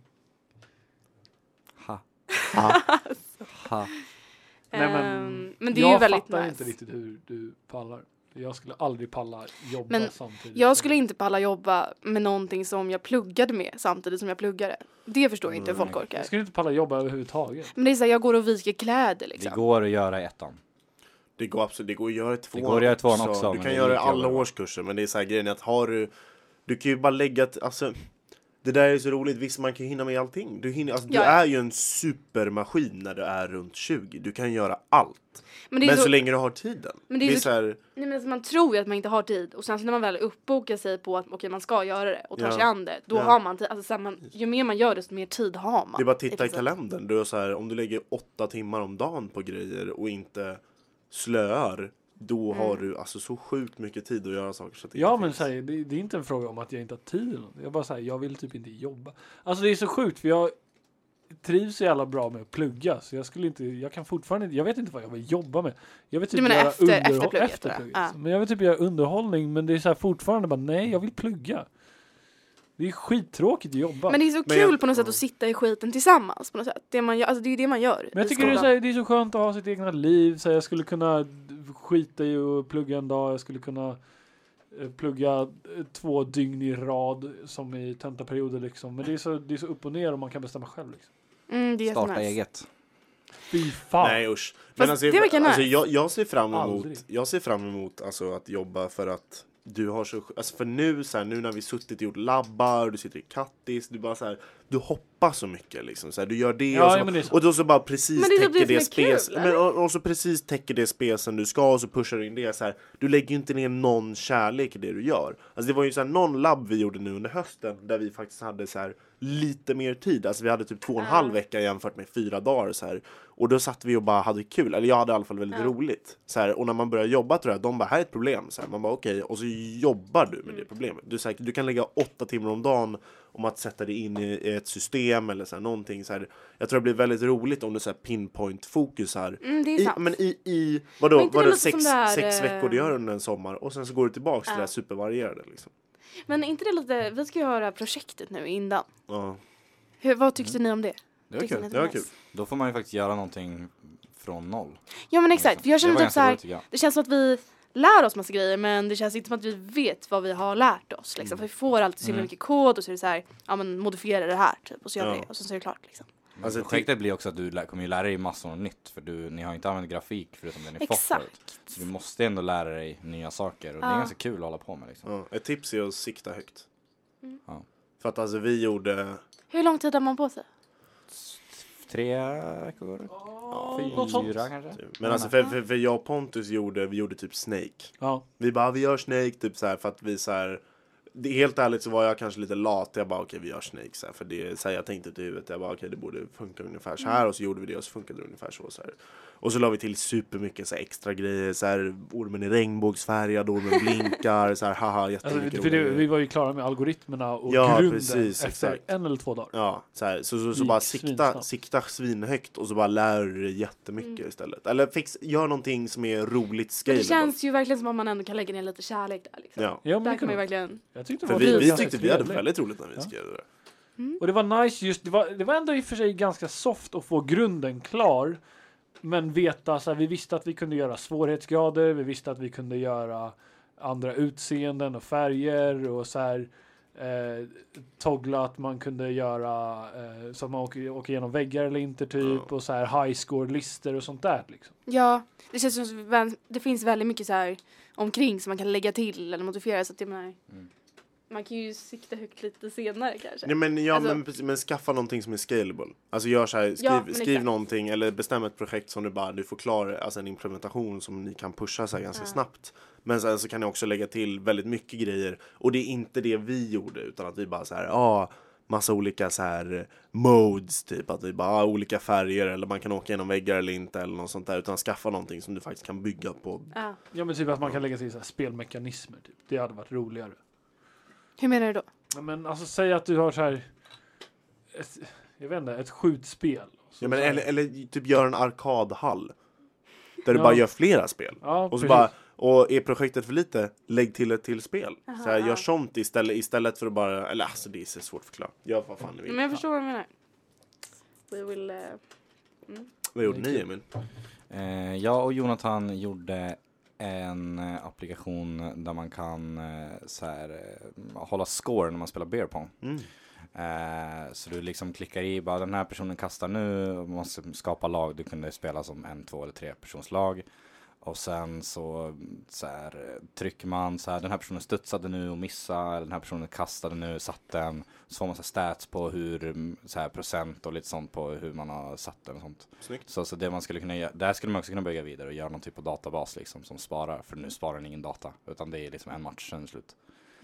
Ha. Ja. Ha. Nej, men Men det är ju väldigt fattar nice. inte riktigt hur du pallar. Jag skulle aldrig palla jobba Men samtidigt. Jag skulle inte palla jobba med någonting som jag pluggade med samtidigt som jag pluggade. Det förstår jag inte hur folk orkar. Jag skulle inte palla jobba överhuvudtaget. Men det är så här, jag går och viker kläder Det liksom. går att göra i ettan. Det går absolut, det går att göra i 2. Det går att göra i 2:an också, Du men kan det är göra i lika alla bra. årskurser, men det är så här grejen att har du kan ju bara lägga ett, alltså det där är så roligt, visst man kan ju hinna med allting. Du hinner, alltså, Ja. du är ju en supermaskin när du är runt 20. Du kan göra allt. Men det är Men så, så länge du har tiden. Men det är så- så här, nej, men alltså, man tror ju att man inte har tid. Och sen så när man väl uppbokar sig på att okej, man ska göra det och tar Ja. sig an det. Då Ja. har man tid. Alltså, så här, ju mer man gör desto mer tid har man. det är bara att titta i princip. kalendern. Du är så här, om du lägger 8 timmar om dagen på grejer och inte slöar, då har du alltså så sjukt mycket tid att göra saker. Så att det Ja inte men finns. säg, det är inte en fråga om att jag inte har tid eller något. Jag bara säger, jag vill typ inte jobba. Alltså det är så sjukt för jag trivs så jävla bra med att plugga. Så jag skulle inte, jag kan fortfarande inte, jag vet inte vad jag vill jobba med. Jag vill typ Du menar göra efter plugget, efter tror jag. plugget. Ja. Men jag vill typ göra underhållning, men det är så här fortfarande bara, nej jag vill plugga. Det är skittråkigt att jobba. Men det är så Men kul jag- på något sätt att sitta i skiten tillsammans på något sätt. Det man gör, alltså det är ju det man gör. Men jag i tycker det är, skolan. så här, det är så skönt att ha sitt egna liv. Så här, jag skulle kunna skita i att plugga en dag. Jag skulle kunna plugga 2 dygn i rad som i tentaperioder liksom. Men det är så upp och ner och man kan bestämma själv liksom. Det är Starta nice. eget. Fy fan. Nej usch. Fast det verkar nice. jag ser fram emot, Aldrig. alltså, att jobba för att du har så, alltså för nu så här, nu när vi suttit och gjort labbar, du sitter i kattis, du bara så här, du hoppar så mycket liksom så här, du gör det Ja, och, så, ja, men det är så. och då så bara precis Men det är typ täcker det det som är kul, spes, men och så precis täcker det spesen du ska och så pushar du in det så här, du lägger ju inte ner någon kärlek i det du gör. Alltså det var ju så här någon labb vi gjorde nu under hösten där vi faktiskt hade så här lite mer tid, alltså vi hade typ 2,5 vecka jämfört med 4 dagar så här. Och då satt vi och bara hade kul, eller jag hade i alla fall väldigt roligt så här, och när man börjar jobba tror jag, de bara, här är ett problem så här, man bara okej, och så jobbar du med det problemet. Du kan lägga 8 timmar om dagen om att sätta det in i ett system eller så här, någonting så här. Jag tror det blir väldigt roligt om du så här pinpoint-fokus här. Det är sant. Men i Men vadå, inte det lite som sex där, veckor du gör under en sommar och sen så går du tillbaks till det här supervarierade liksom. Men inte det lite, vi ska ju ha det här projektet nu innan. Ja. Vad tyckte ni om det? Det var Tyckte kul. ni att Det var nice? kul. Då får man ju faktiskt göra någonting från noll. Ja men exakt, för jag Det känner var typ ganska så här, roligt, tycker jag. det känns som att vi lär oss massa grejer men det känns inte som att vi vet vad vi har lärt oss liksom. För vi får alltid så himla mycket kod och så är det så här, ja men modifiera det här typ och så gör vi det och sen så är det klart liksom. Alltså, Projektet blir också att du kommer ju lära dig massor nytt, för ni har inte använt grafik förutom den ni fått Exakt. förut. Så du måste ändå lära dig nya saker och det är ganska kul att hålla på med liksom. Ja, ett tips är att sikta högt. Ja. För att alltså vi gjorde Hur lång tid har man på sig? 3 veckor? något sånt. 4 kanske? men alltså för jag och Pontus vi gjorde typ Snake. Ja. Vi bara, vi gör Snake typ så här för att vi så här. Det, helt ärligt så var jag kanske lite lat. Jag bara okej, vi gör Snake så här, för det är så här, jag tänkte till huvudet. Jag bara okej, det borde funka ungefär så här och så gjorde vi det och så funkade det ungefär så här. Och så la vi till supermycket så här extra grejer så här, ormen är regnbågsfärgad, ormen blinkar så här, haha, jättemycket Alltså, för roliga vi var ju klara med algoritmerna och Ja, grunden precis, efter exakt. 1 eller 2 dagar. Ja, så här, så Gick bara svinsnabbt. sikta svinhögt och så bara lär du dig jättemycket istället. Eller gör någonting som är roligt Men scalable. det känns ju verkligen som att man ändå kan lägga ner lite kärlek där liksom. Ja. Ja, men Där det kan man ju kunde verkligen... jag tyckte det För var vi ganska tyckte vi hade trevligt. väldigt roligt när vi Ja. skrev det. Och det var nice just, det var ändå i och för sig ganska soft att få grunden klar. Men veta, så här, vi visste att vi kunde göra svårighetsgrader, vi visste att vi kunde göra andra utseenden och färger och så här toggla att man kunde göra så att man åker igenom väggar eller inte typ och så här high score-lister och sånt där liksom. Ja, det känns som att det finns väldigt mycket så här omkring som man kan lägga till eller modifiera så att jag menar, man kan ju sikta högt lite senare kanske. Men skaffa någonting som är scalable. Alltså gör så här, Ja, men skriv exakt. någonting eller bestäm ett projekt som du får klara, alltså en implementation som ni kan pusha så här ganska snabbt. Men sen så kan ni också lägga till väldigt mycket grejer och det är inte det vi gjorde utan att vi bara så här, massa olika så här modes typ, att vi bara olika färger eller man kan åka genom väggar eller inte eller något sånt där, utan skaffa någonting som du faktiskt kan bygga på. Ja men typ att man kan lägga till så här spelmekanismer typ. Det hade varit roligare. Hur menar du då? Ja, men alltså säg att du har så här ett skjutspel. Så Ja, men så här- eller typ gör en arkadhall där du Ja. bara gör flera spel. ja, Och så precis. bara, och är projektet för lite, lägg till ett till spel. Aha, Så här, ja. gör sånt istället för att bara, eller alltså det är så svårt att förklara. Gör vad fan ni vill. Men jag förstår vad du menar. We will... Vad gjorde Det är ni, kul. Emil? Jag och Jonathan gjorde en applikation där man kan så här, hålla score när man spelar beer pong. Så du liksom klickar i bara den här personen kastar nu och man måste skapa lag. Du kunde spela som 1, 2 eller 3 persons lag. Och sen så här, trycker man så här, den här personen studsade nu och missade, eller den här personen kastade nu, satt den. Så får man så här stats på hur så här, procent och lite sånt på hur man har satt den och sånt. Snyggt. Så det man skulle kunna göra, där skulle man också kunna bygga vidare och göra någon typ av databas liksom som sparar, för nu sparar den ingen data utan det är liksom en match sen slut.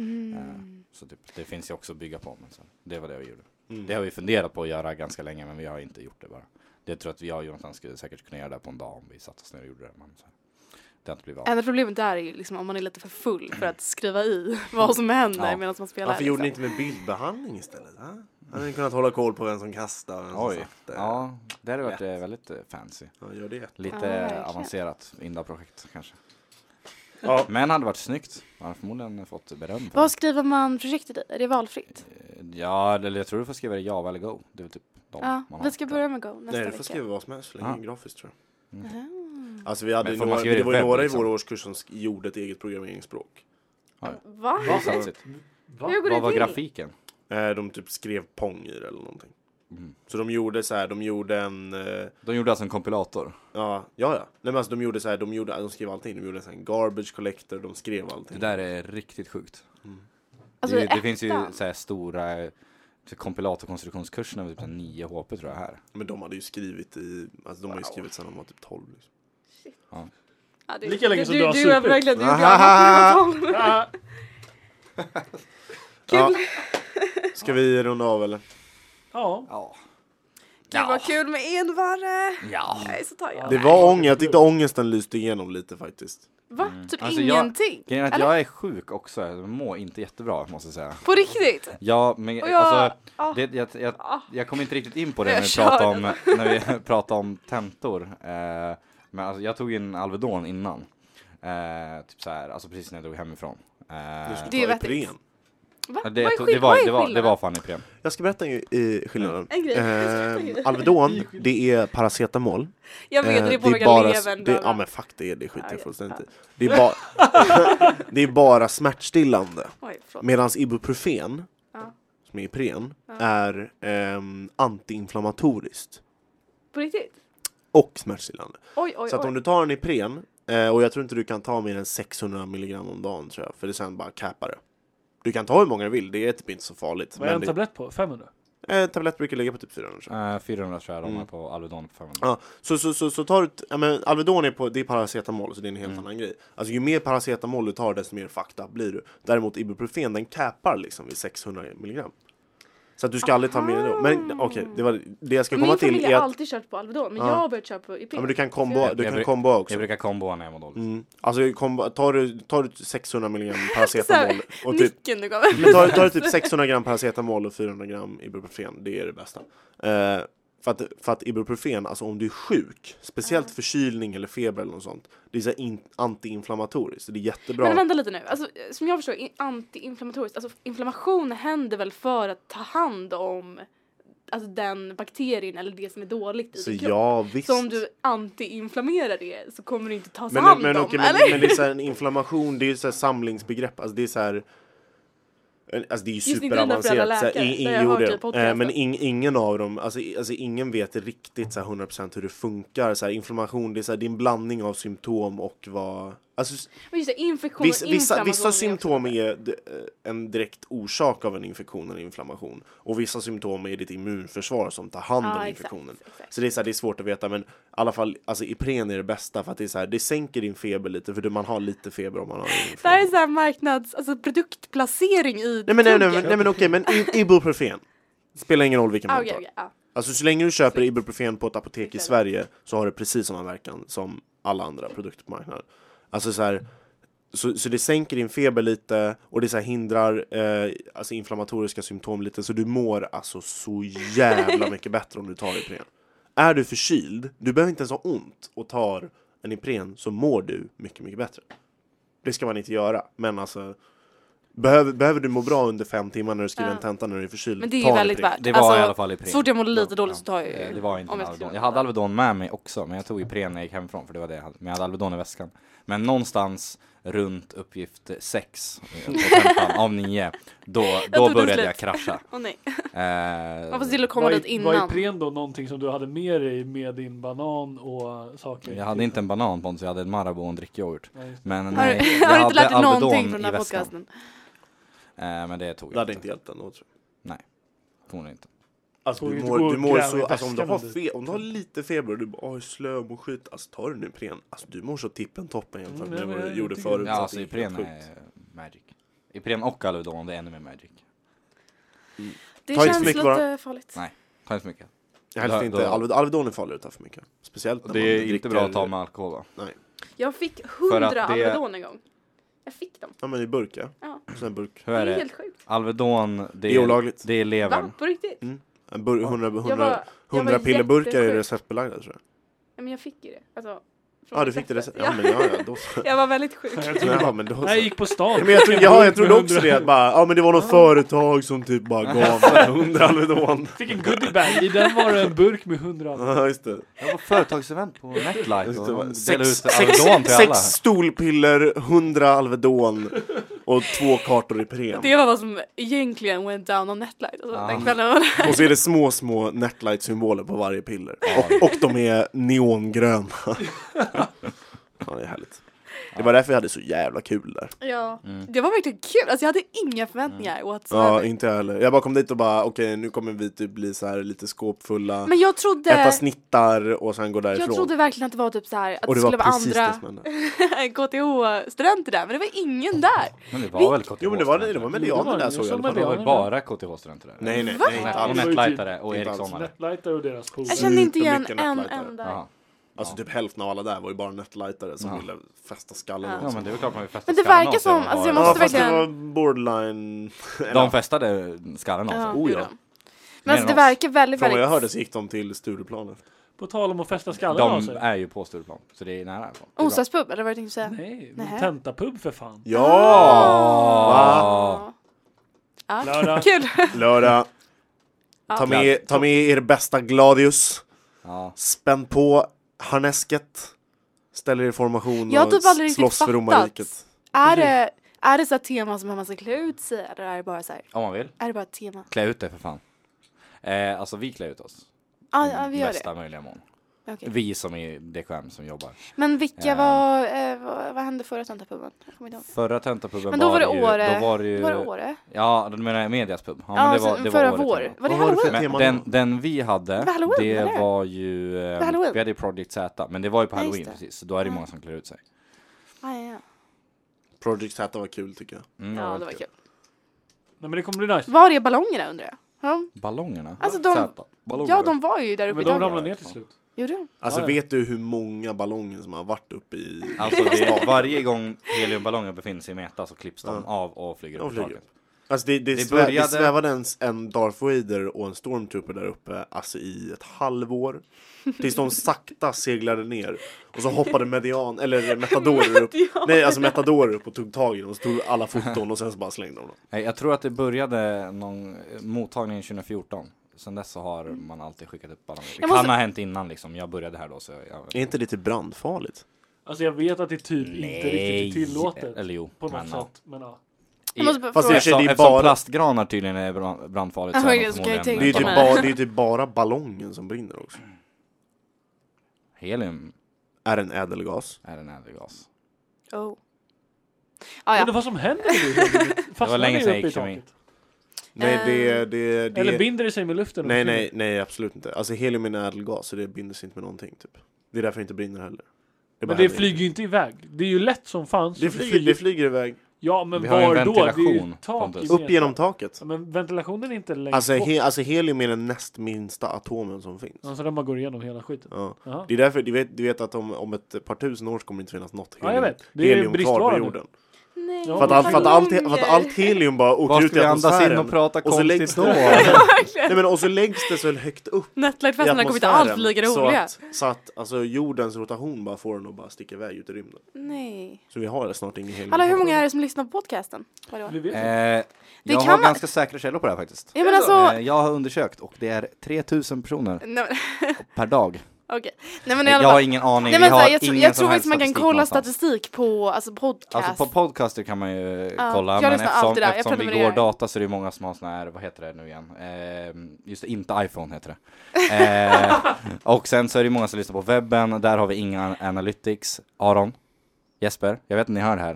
Så typ, det finns ju också att bygga på, men så, det var det vi gjorde. Det har vi funderat på att göra ganska länge, men vi har inte gjort det bara. Det tror att vi och Jonathan skulle säkert kunna göra det på en dag om vi satt oss ner och gjorde det. Men så, det har inte blivit av. Enda problemet där är ju liksom om man är lite för full för att skriva i vad som händer Ja. medan man spelar. Varför gjorde ni liksom. inte med bildbehandling istället? Hade ni kunnat hålla koll på vem som kastar? Vem som Oj, satte? ja, det hade varit väldigt fancy. Ja, gör det. Lite verkligen. avancerat Inda-projekt kanske. Ja. Men hade varit snyggt. Man har förmodligen fått beröm för det. Vad skriver man projektet i? Är det valfritt? Ja, eller jag tror du får skriva det Java eller Go. Det är väl typ de Ja, man har. vi ska börja med Go nästa Nej, du vecka. får skriva vad som helst så länge det är grafiskt, tror jag. Alltså vi hade Men får man skriva det det var ju webb, några liksom? i vår årskurs som gjorde ett eget programmeringsspråk. Va? Vad satsigt. Hur går det Vad var till? grafiken? De typ skrev Pong i det eller någonting. Så de gjorde så här, de gjorde en... De gjorde alltså en kompilator. Ja. Nej men alltså de gjorde så här, de skrev allting. De gjorde så här en garbage collector, de skrev allting. Det där är riktigt sjukt. Alltså, det finns ju ettan. så här stora kompilatorkonstruktionskurser med typ 9 HP tror jag här. Men de hade ju skrivit alltså de har ju skrivit sedan de var typ 12 liksom. Ja, Lika länge som du har du är supit. verkligen du är gammal på Ah, Ja. Ska vi runda av eller? ja. Ja. Gud vad kul med envarre. Ja. Jag är så taggad. Det var ångest, jag tyckte ångesten lyste igenom lite faktiskt. Va? Typ Alltså, ingenting? Grejen är att Eller? jag är sjuk också. Jag mår inte jättebra, måste jag säga. På riktigt? Ja, men Och jag- alltså, jag kom inte riktigt in på det när vi pratade om tentor. Men alltså, jag tog en Alvedon innan. Typ så här, alltså precis när jag drog hemifrån. Det är Det är vettigt. Ipren. Va? Det Vad är var skillnaden? fan Ipren. Jag ska berätta i skillnaden. En grej. Alvedon, det är paracetamol. Jag vet, det Det är påverkar bara, levern. det, bla, bla. ja men fuck det skiter jag Okej, fullständigt i. Det är, det är bara smärtstillande. Oj, förlåt. Medan ibuprofen, Ja. som är Ipren, Ja. är antiinflammatoriskt. På riktigt? Och smärtstillande. Oj, oj, Så att om oj. du tar en Ipren, och jag tror inte du kan ta mer än 600 milligram om dagen tror jag, för det sen bara cappar det. Du kan ta hur många du vill, det är typ inte så farligt. Vad är en Men tablett på? 500? tablett brukar ligga på typ 400 tror jag. 400 tror jag de är på Alvedon för 500. Ja, så tar du, ja men Alvedon det är paracetamol, så det är en helt annan grej. Alltså ju mer paracetamol du tar, desto mer fucked up blir du. Däremot ibuprofen, den cappar liksom vid 600 milligram. Så att du ska aldrig ta mer än det. Men okej, det var det jag ska komma Min till familj är har att alltid kört på Alvedon, men Ja. jag har börjat köra på Ipren. ja, men du kan kombo Jag också. brukar komboa när jag mår dåligt. Alltså tar du 600 milligram paracetamol och typ Nicken du gav. men tar du typ 600 gram paracetamol och 400 gram ibuprofen, det är det bästa. För att ibuprofen, alltså om du är sjuk, speciellt förkylning eller feber eller något sånt, det är så här antiinflammatoriskt, så det är jättebra. Men vänta lite nu, alltså, som jag förstår, antiinflammatoriskt, alltså inflammation händer väl för att ta hand om alltså, den bakterien eller det som är dåligt i Så din kropp. ja, visst. Så om du antiinflammerar det så kommer du inte ta sig men, hand men, om, okej, eller? men det är så här, en inflammation, det är så här samlingsbegrepp, alltså det är så här. Alltså det är ju Just inte dina föräldrar superavancerat så läkare, här, det har jag hört i podcasten. men ingen av dem, alltså ingen vet riktigt så här 100% hur det funkar så här, inflammation, det är så här, det är en blandning av symptom och vad, alltså Men just det, infektion och vissa inflammation symptom också. är en direkt orsak av en infektion eller inflammation, och vissa symptom är ditt immunförsvar som tar hand om Ja, infektionen. exakt. Så det är så här, det är svårt att veta, men i alla fall alltså Ipren är det bästa för att det är så här, det sänker din feber lite, för man har lite feber om man har en Det här är inflammation. så här marknads, alltså produktplacering i Nej men okej, men ibuprofen spelar ingen roll vilken man tar. Okej, ja. Alltså så länge du köper ibuprofen på ett apotek i Sverige så har det precis samma verkan som alla andra produkter på marknaden. Alltså så här, så det sänker din feber lite, och det så här hindrar alltså inflammatoriska symptom lite, så du mår alltså så jävla mycket bättre om du tar Ipren. Är du förkyld, du behöver inte ens ha ont och tar en Ipren, så mår du mycket bättre. Det ska man inte göra, men alltså behöver du må bra under 5 timmar när du skriver en tenta när du är förkyld, Men det är ta ju en väldigt Ipren. värt. Det var i alla fall Ipren. Så fort jag mådde lite dåligt så tar jag ju. Det var inte om en jag Alvedon. ska- Jag hade Alvedon med mig också, men jag tog Ipren när jag gick hemifrån, för det var det jag hade. Men jag hade Alvedon i väskan. Men någonstans runt uppgift 6 på tentan av 9, då tog började slut. jag krascha. Åh nej. Eh, Man får till att komma dit Var innan. Ipren då någonting som du hade med dig med din banan och saker? jag hade inte en banan på den, så jag hade en Marabou och en drickyoghurt. Ja, just det. Men Har nej, du jag har du inte hade lärt dig Alvedon någonting från den i här väskan. podcasten? Men det tog Det jag hade inte. inte hjälpt ändå, tror jag. Nej, förmodligen inte. Alltså Får du ju inte mår, gå du och mår gräva så, i alltså om du väskan har om du har lite feber och du bara är slö och skit, alltså tar du nu Ipren, alltså du mår så toppen jämfört med vad du gjorde förut. Ja, så att alltså det är Ipren helt är sjukt. magic. Ipren och Alvedon, det är ännu mer magic. Det Ta inte känns för mycket lite bara. farligt. Nej, ta inte så mycket. Jag helst inte, Alvedon är farligt att ta för mycket. Speciellt när Det man är inte dricker- bra att ta med alkohol, va? Nej. Jag fick För 100 att det- Alvedon en gång. Jag fick dem. Ja men i burk, ja. Ja. Så en burk. Hur Det är är det? helt sjukt. Alvedon, Det är olagligt. Det är levern. Va? På riktigt? En burk 100 Jag var pillerburkar är jättesjuk. receptbelagda, tror jag. Ja, men jag fick ju det. Alltså, från Ja, du fick det receptet. recept. Ja, men ja, då så. Jag var väldigt sjuk. Ja, men då så. Jag gick på stan. Ja, men jag trodde också det, att bara, ja men det var något företag som typ bara gav mig 100 Alvedon. Fick en goodiebag. I den var det en burk med 100. Ja, just det. Jag var företagsevent på Netlife Just och det. de delade Sex ut Alvedon till alla. stolpiller, 100 Alvedon och 2 kartor Ipren. Det var vad som egentligen went down on Netlight. Alltså, Ja. den kvällen. Och så är det små Netlight-symboler på varje piller. Och de är neongröna. Ja, det är härligt. Det var därför jag hade så jävla kul där. Ja, det var verkligen kul. Alltså jag hade inga förväntningar whatsoever. Ja, inte jag heller. Jag bara kom dit och bara, okej, nu kommer vi typ bli så här lite skåpfulla. Men jag Äta trodde, snittar och sen gå därifrån. jag trodde verkligen att det var typ så här att och det det var skulle vara precis det som andra hände. KTH-studenter där, men det var ingen där. Men det var väl KTH? Jo men det var medianen där, såg jag i alla fall. Det var väl bara KTH-studenter där? Nej, inte Och alla. Det var ju Netlightare och Inte alls. Ericssonare. Netlightare och deras pool. Jag kände inte igen Supermycket en Netlightare. enda. Jaha. Alltså typ hälften av alla där var ju bara netlightare som ville fästa skallen. Ja. Ja, men det är väl klart man vill fästa Men det skallen verkar av sig som- om man alltså, jag har- måste Fast det verkligen- var borderline. De fästade skallen av sig. Ja, Oh, ja. gjorde de. Men alltså, Mer det än verkar väldigt, Från vad jag väldigt... hörde så gick de till Stureplanet. På tal om att fästa skallen av De sig. är ju på Stureplan, så det är nära. Det är bra. Onsdagspub, eller vad jag tänkte säga? Nej, Nähä. tentapub för fan. Ja! Ah. Ja. Lördag. Kul! Lördag. Ja. Ta med er bästa Gladius. Ja. Spänn på harnesket. Ställ er i formation Jag har och typ aldrig riktigt slåss för fattat. romarriket. Är det så här tema som man ska klä ut sig? Eller är det bara så här? Om man vill. Är det bara ett tema? Klä ut det för fan. Alltså vi klär ut oss. Ja, vi gör det. Bästa möjliga mån. Okej. Vi som är DKM som jobbar. Men vilka vad hände förra tentapuben? Jag kommer inte ihåg. Förra tentapuben Men då var det ju, Åre. Då var det ju, Var det Åre? Ja, du menar Medias pub. Ja, Ja, men det så var förra året vår. innan. Var det Vad var det för Halloween? tema? Men den vi hade, Det var Halloween, det eller? var ju... var Halloween. vi hade ju Project Z, men det var ju på Ja, just Halloween det. precis. Så då är det Ja. många som klär ut sig. Ja. Project Z var kul tycker jag. Mm, Ja, det var väldigt kul. Nej, men det kommer bli nice. Var är ballongerna undrar jag? Ja, Ballongerna? Alltså, de- Z. Ballongerna. ja de var ju där uppe Men i de taket. ramlar ner till slut. Gjorde de? Alltså Ja, ja. vet du hur många ballonger som har varit uppe i... Alltså det, varje gång heliumballonger befinner sig i meta så klipps de Ja. av och flyger upp De i flyger. taket. Alltså det Det började- svävade en Darth Vader och en Stormtrooper där uppe alltså i ett halvår. Tills de sakta seglade ner. Och så hoppade metadorer upp. Nej, alltså metadorer upp och tog tag i dem. Och så tog alla foton och sen så bara slängde de dem. Nej, jag tror att det började någon mottagning 2014. Sen dess så har man alltid skickat upp ballonger. Det Jag måste- kan ha hänt innan liksom. Jag började här då så jag... Är inte det lite brandfarligt? Alltså jag vet att det typ inte riktigt är tillåtet. Eller jo. På något men, ja. sätt. Men ja. Jag måste bara Fast fråga. det är Eftersom bara- plastgranar tydligen är brandfarligt så Ja, är de så kan jag förmodligen... tänka Det är ju typ bara ballongen som brinner också. Helium Är en ädelgas. är en ädelgas. Oh. Ah, Men ja. det vad som händer nu? Det var länge sedan jag gick i kemi. taket. Nej, Eller binder det sig med luften? och försvinner? nej, absolut inte. Alltså helium är en ädelgas så det binder sig inte med någonting typ. Det är därför det inte brinner heller. Men bara det händer flyger ju inte iväg. Det är ju lätt som fan. så det flyger iväg. Ja, men Vi har ju var en då? Det är ju ventilation, tak Pontus. i Upp meter. genom taket. Ja, men ventilationen är inte längst bort. Alltså helium är den näst minsta atomen som finns. Alltså den bara går igenom hela skiten. Ja. Jaha. Det är därför du vet att om ett par tusen år så kommer det inte finnas något Ja, jag vet. Det är helium kvar bristvara på nu. jorden. Nej, Ja, För att allt helium bara Var åker ut ska i vi andas in atmosfären. och prata Och så läggs konstigt det, då? nej, men, och så läggs det så högt upp i Netlightfesterna kommer inte alls atmosfären. bli lika så roliga. så att alltså, jordens rotation bara får den att bara sticka iväg ut i rymden. Nej. Så vi har snart ingen helium. Alla, hur många är det som lyssnar på podcasten? Varje år? Vi vet inte. Jag kan har man- ganska säkra källor på det här faktiskt. Ja, men alltså... Jag har undersökt och det är 3000 personer Nej, men, per dag. okej. Nej, men i alla Jag har fall. ingen aning. Nej, men, Vi så har här, jag ingen tror som helst faktiskt man kan kolla någonstans. statistik på alltså, podcast. Alltså på podcaster kan man ju Ja, kolla, jag men lyssnar alltid där. Jag eftersom vi prenumererar. går data så är det många som har såna här, vad heter det nu igen? Just det, inte iPhone heter det. Och sen så är det många som lyssnar på webben, där har vi inga analytics. Aron, Jesper, jag vet att ni hör det här.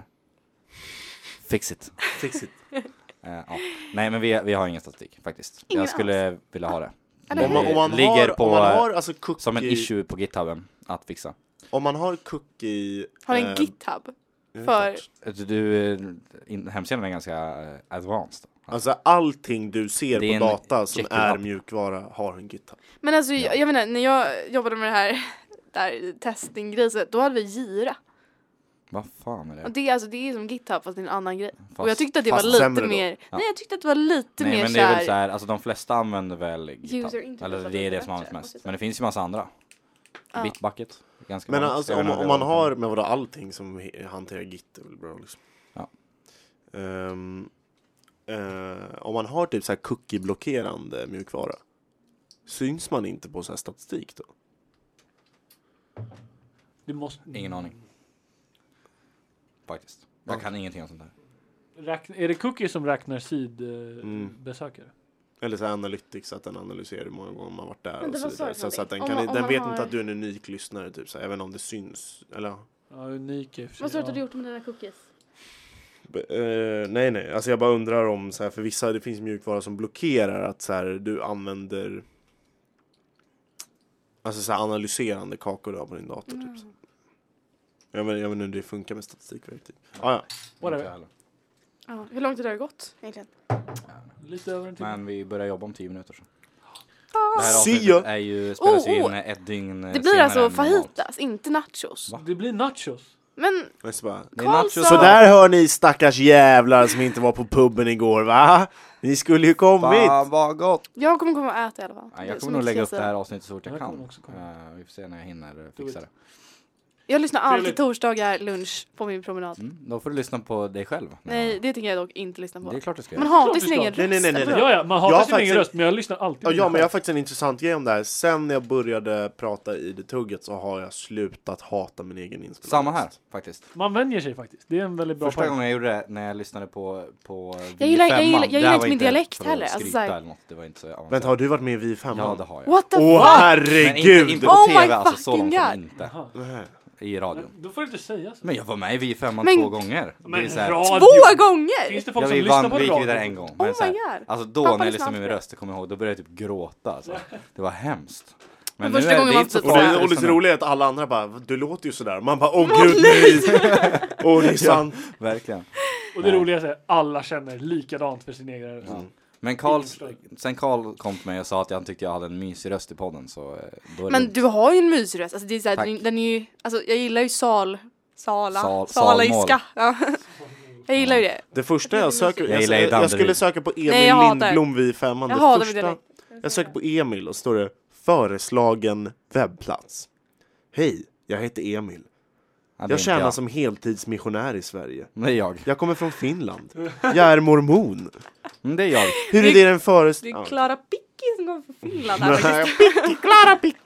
Fix it. Fix it. Ja. Nej, men vi har ingen statistik faktiskt. Ingen Jag skulle vilja ha det. Eller Det hur? Om man ligger på, har alltså cookie, som en issue på GitHuben att fixa. Om man har cookie... Har en GitHub för... Hemsidan är ganska advanced. Alltså allting du ser Det är på en data som Jekyll är Hub. mjukvara har en GitHub. Men alltså, jag menar, när jag jobbade med det här där testing-grejset, då hade vi Jira. Vad fan är Och det? det är som GitHub fast det är en annan grej. Fast- och jag tyckte att det var fast lite sämre då. mer... Ja. Nej, jag tyckte att det var lite Nej, mer men det är väl så såhär... här, alltså de flesta använder väl GitHub. User interface Eller var det är lite det som används bättre, måste mest. jag säga. Men det finns ju massa andra. Ja. Bitbucket, ganska Men vanligt. alltså Jag vet inte om vad man det är. har med vadå allting som hanterar Git är väl bra liksom. Ja. Om man har typ så här cookie-blockerande mjukvara, syns man inte på så här statistik då? Det måste... Ingen aning. Faktiskt. Jag kan ingenting om sånt där. Är det cookies som räknar sidbesökare? Eller så här Analytics, att den analyserar hur många gånger man har varit där. Men det och var så vidare. så Så att den, om kan, man- om den man vet har- inte att du är en unik lyssnare, typ, så här, även om det syns. Eller, Ja, unik i och för sig. Vad sa du att ja. du gjort med dina cookies? nej. Alltså jag bara undrar om, så här, för vissa, det finns mjukvara som blockerar att så här, du använder alltså så här, analyserande kakor då på din dator. Typ. Jag vet inte hur det funkar med statistikverktyg. Ja. Whatever. Inte heller. Ja, hur långt har det gått egentligen? Lite över en timme. Men vi börjar jobba om 10 minuter så. Det här See avsnittet ya. är ju, spelas ju in Oh. ett dygn Det senare blir alltså än normalt. fajitas, inte nachos. Det blir nachos. Men Jag ska bara- Det är Karlsson- nachos. Så där hör ni stackars jävlar som inte var på puben igår, va? Ni skulle ju kommit. Fan vad gott! jag kommer komma och äta i alla fall. Ja, Det är jag så kommer nog mycket lägga upp ska det jag här säga. avsnittet så fort jag Jag kommer kan. också komma. Vi får se när jag hinner fixa det. Jag lyssnar alltid Trevligt. torsdagar lunch på min promenad. Då får du lyssna på dig själv. Nej, det tänker jag dock inte lyssna på. Det är klart du ska Man göra. hatar Klart sin du ska. egen röst. Nej. eller? Ja, man Jag hatar har sin egen faktiskt- röst, men jag lyssnar alltid på Ja, mig men jag har själv. faktiskt en intressant grej om det här. Sen jag började prata i det tugget så har jag slutat hata min egen inspelning. Samma här faktiskt. Man vänjer sig faktiskt. Det är en väldigt bra Första poäng. gången jag gjorde det, när jag lyssnade på Jag gillar- jag V5, gillar- jag det gillar här inte var min dialekt för att heller, alltså skryta så här- eller något. Det var inte så avancerat. Vänta, har du varit med i Vi 5? Ja, det har jag. What the Åh fuck? herregud! Inte på Oh my TV, alltså så fucking långt var det God. inte. Jaha. Nej. I radion. Då får du inte säga så. Men jag var med i V5 Men- 2 gånger. Men det är så här, radio. 2 gånger? Finns det folk Ja, som vi lyssnar vann, på vi gick radio? vidare en gång. Oh Men så här, my God. alltså då Pappa när jag lyssnar lyssnade med min alltid. röst, det kommer jag ihåg, då började jag typ gråta. Alltså. Det var hemskt. Men första nu är gången det var inte så typ Och så här- farligt. det, och det så roliga är att alla andra bara, du låter ju sådär. Man bara, åh gud nej! Åh det är sant. Verkligen. Och det roliga är att alla känner likadant för sin egen röst. Men sen Carl kom till mig och sa att han tyckte jag hade en mysig röst i podden, så då är det Men lugnt. du har ju en mysig röst. Alltså, det är så här, Tack. den är ju, alltså, jag gillar ju salaiska. Salmål. Ja. Jag gillar ju det. Det första jag söker, Jag gillar ju jag Danderyd. skulle söka på Emil Nej, jag hatar det. Lindblom vid 5. Jag hatar Det min första, dialekt. jag söker på Emil och står det föreslagen webbplats. Hej, jag heter Emil. Ja, det är Jag inte tjänar som heltidsmissionär i Sverige. Det är jag. Jag kommer från Finland. Jag är mormon. Det är jag. Hur är det den föres... Det är Ja. Klara Picki som kommer från Finland här faktiskt. Picki, Klara Pick.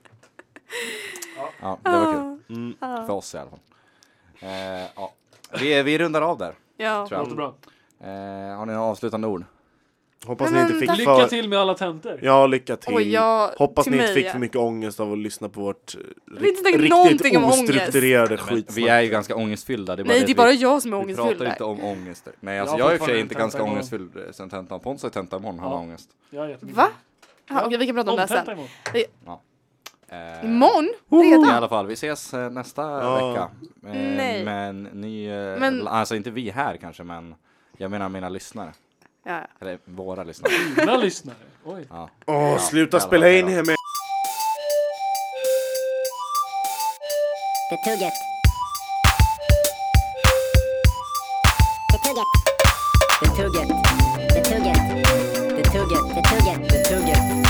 Ja, det var kul. För oss i alla fall. Ja. Vi rundar av där, Ja. tror jag. Låter bra. Har ni några avslutande ord? Hoppas Men ni inte fick Lycka för... till med alla tentor. Ja, lycka till. Oj, Hoppas till ni inte mig, fick för mycket ångest av att lyssna på vårt vill inte säga någonting om ångest. ostrukturerade Men skitsnack. vi är ju ganska ångestfyllda. Nej, det är bara jag som är Vi ångestfylld pratar där. inte om ångest. Nej, Jag alltså har jag är i och för sig fortfarande inte en ganska tenta imorgon. ångestfylld sen tentan. Pontus har tenta imorgon, han har Ja. ångest. Ja, jättemycket. Va? Ja, okej, vi kan prata om det här Omtenta sen. imorgon. Imorgon? I Redan? alla fall, vi ses nästa Ja. vecka. Nej. Men ni, Men- alltså inte vi här kanske, men jag menar mina lyssnare. Ja. Eller våra lyssnare. Mina lyssnare. Oj. Ja. Åh, sluta i alla spela fall, in hej då. här med... Det tugget. Det tugget. Det tugget. Det tugget. Det tugget. Det tugget. Det tugget.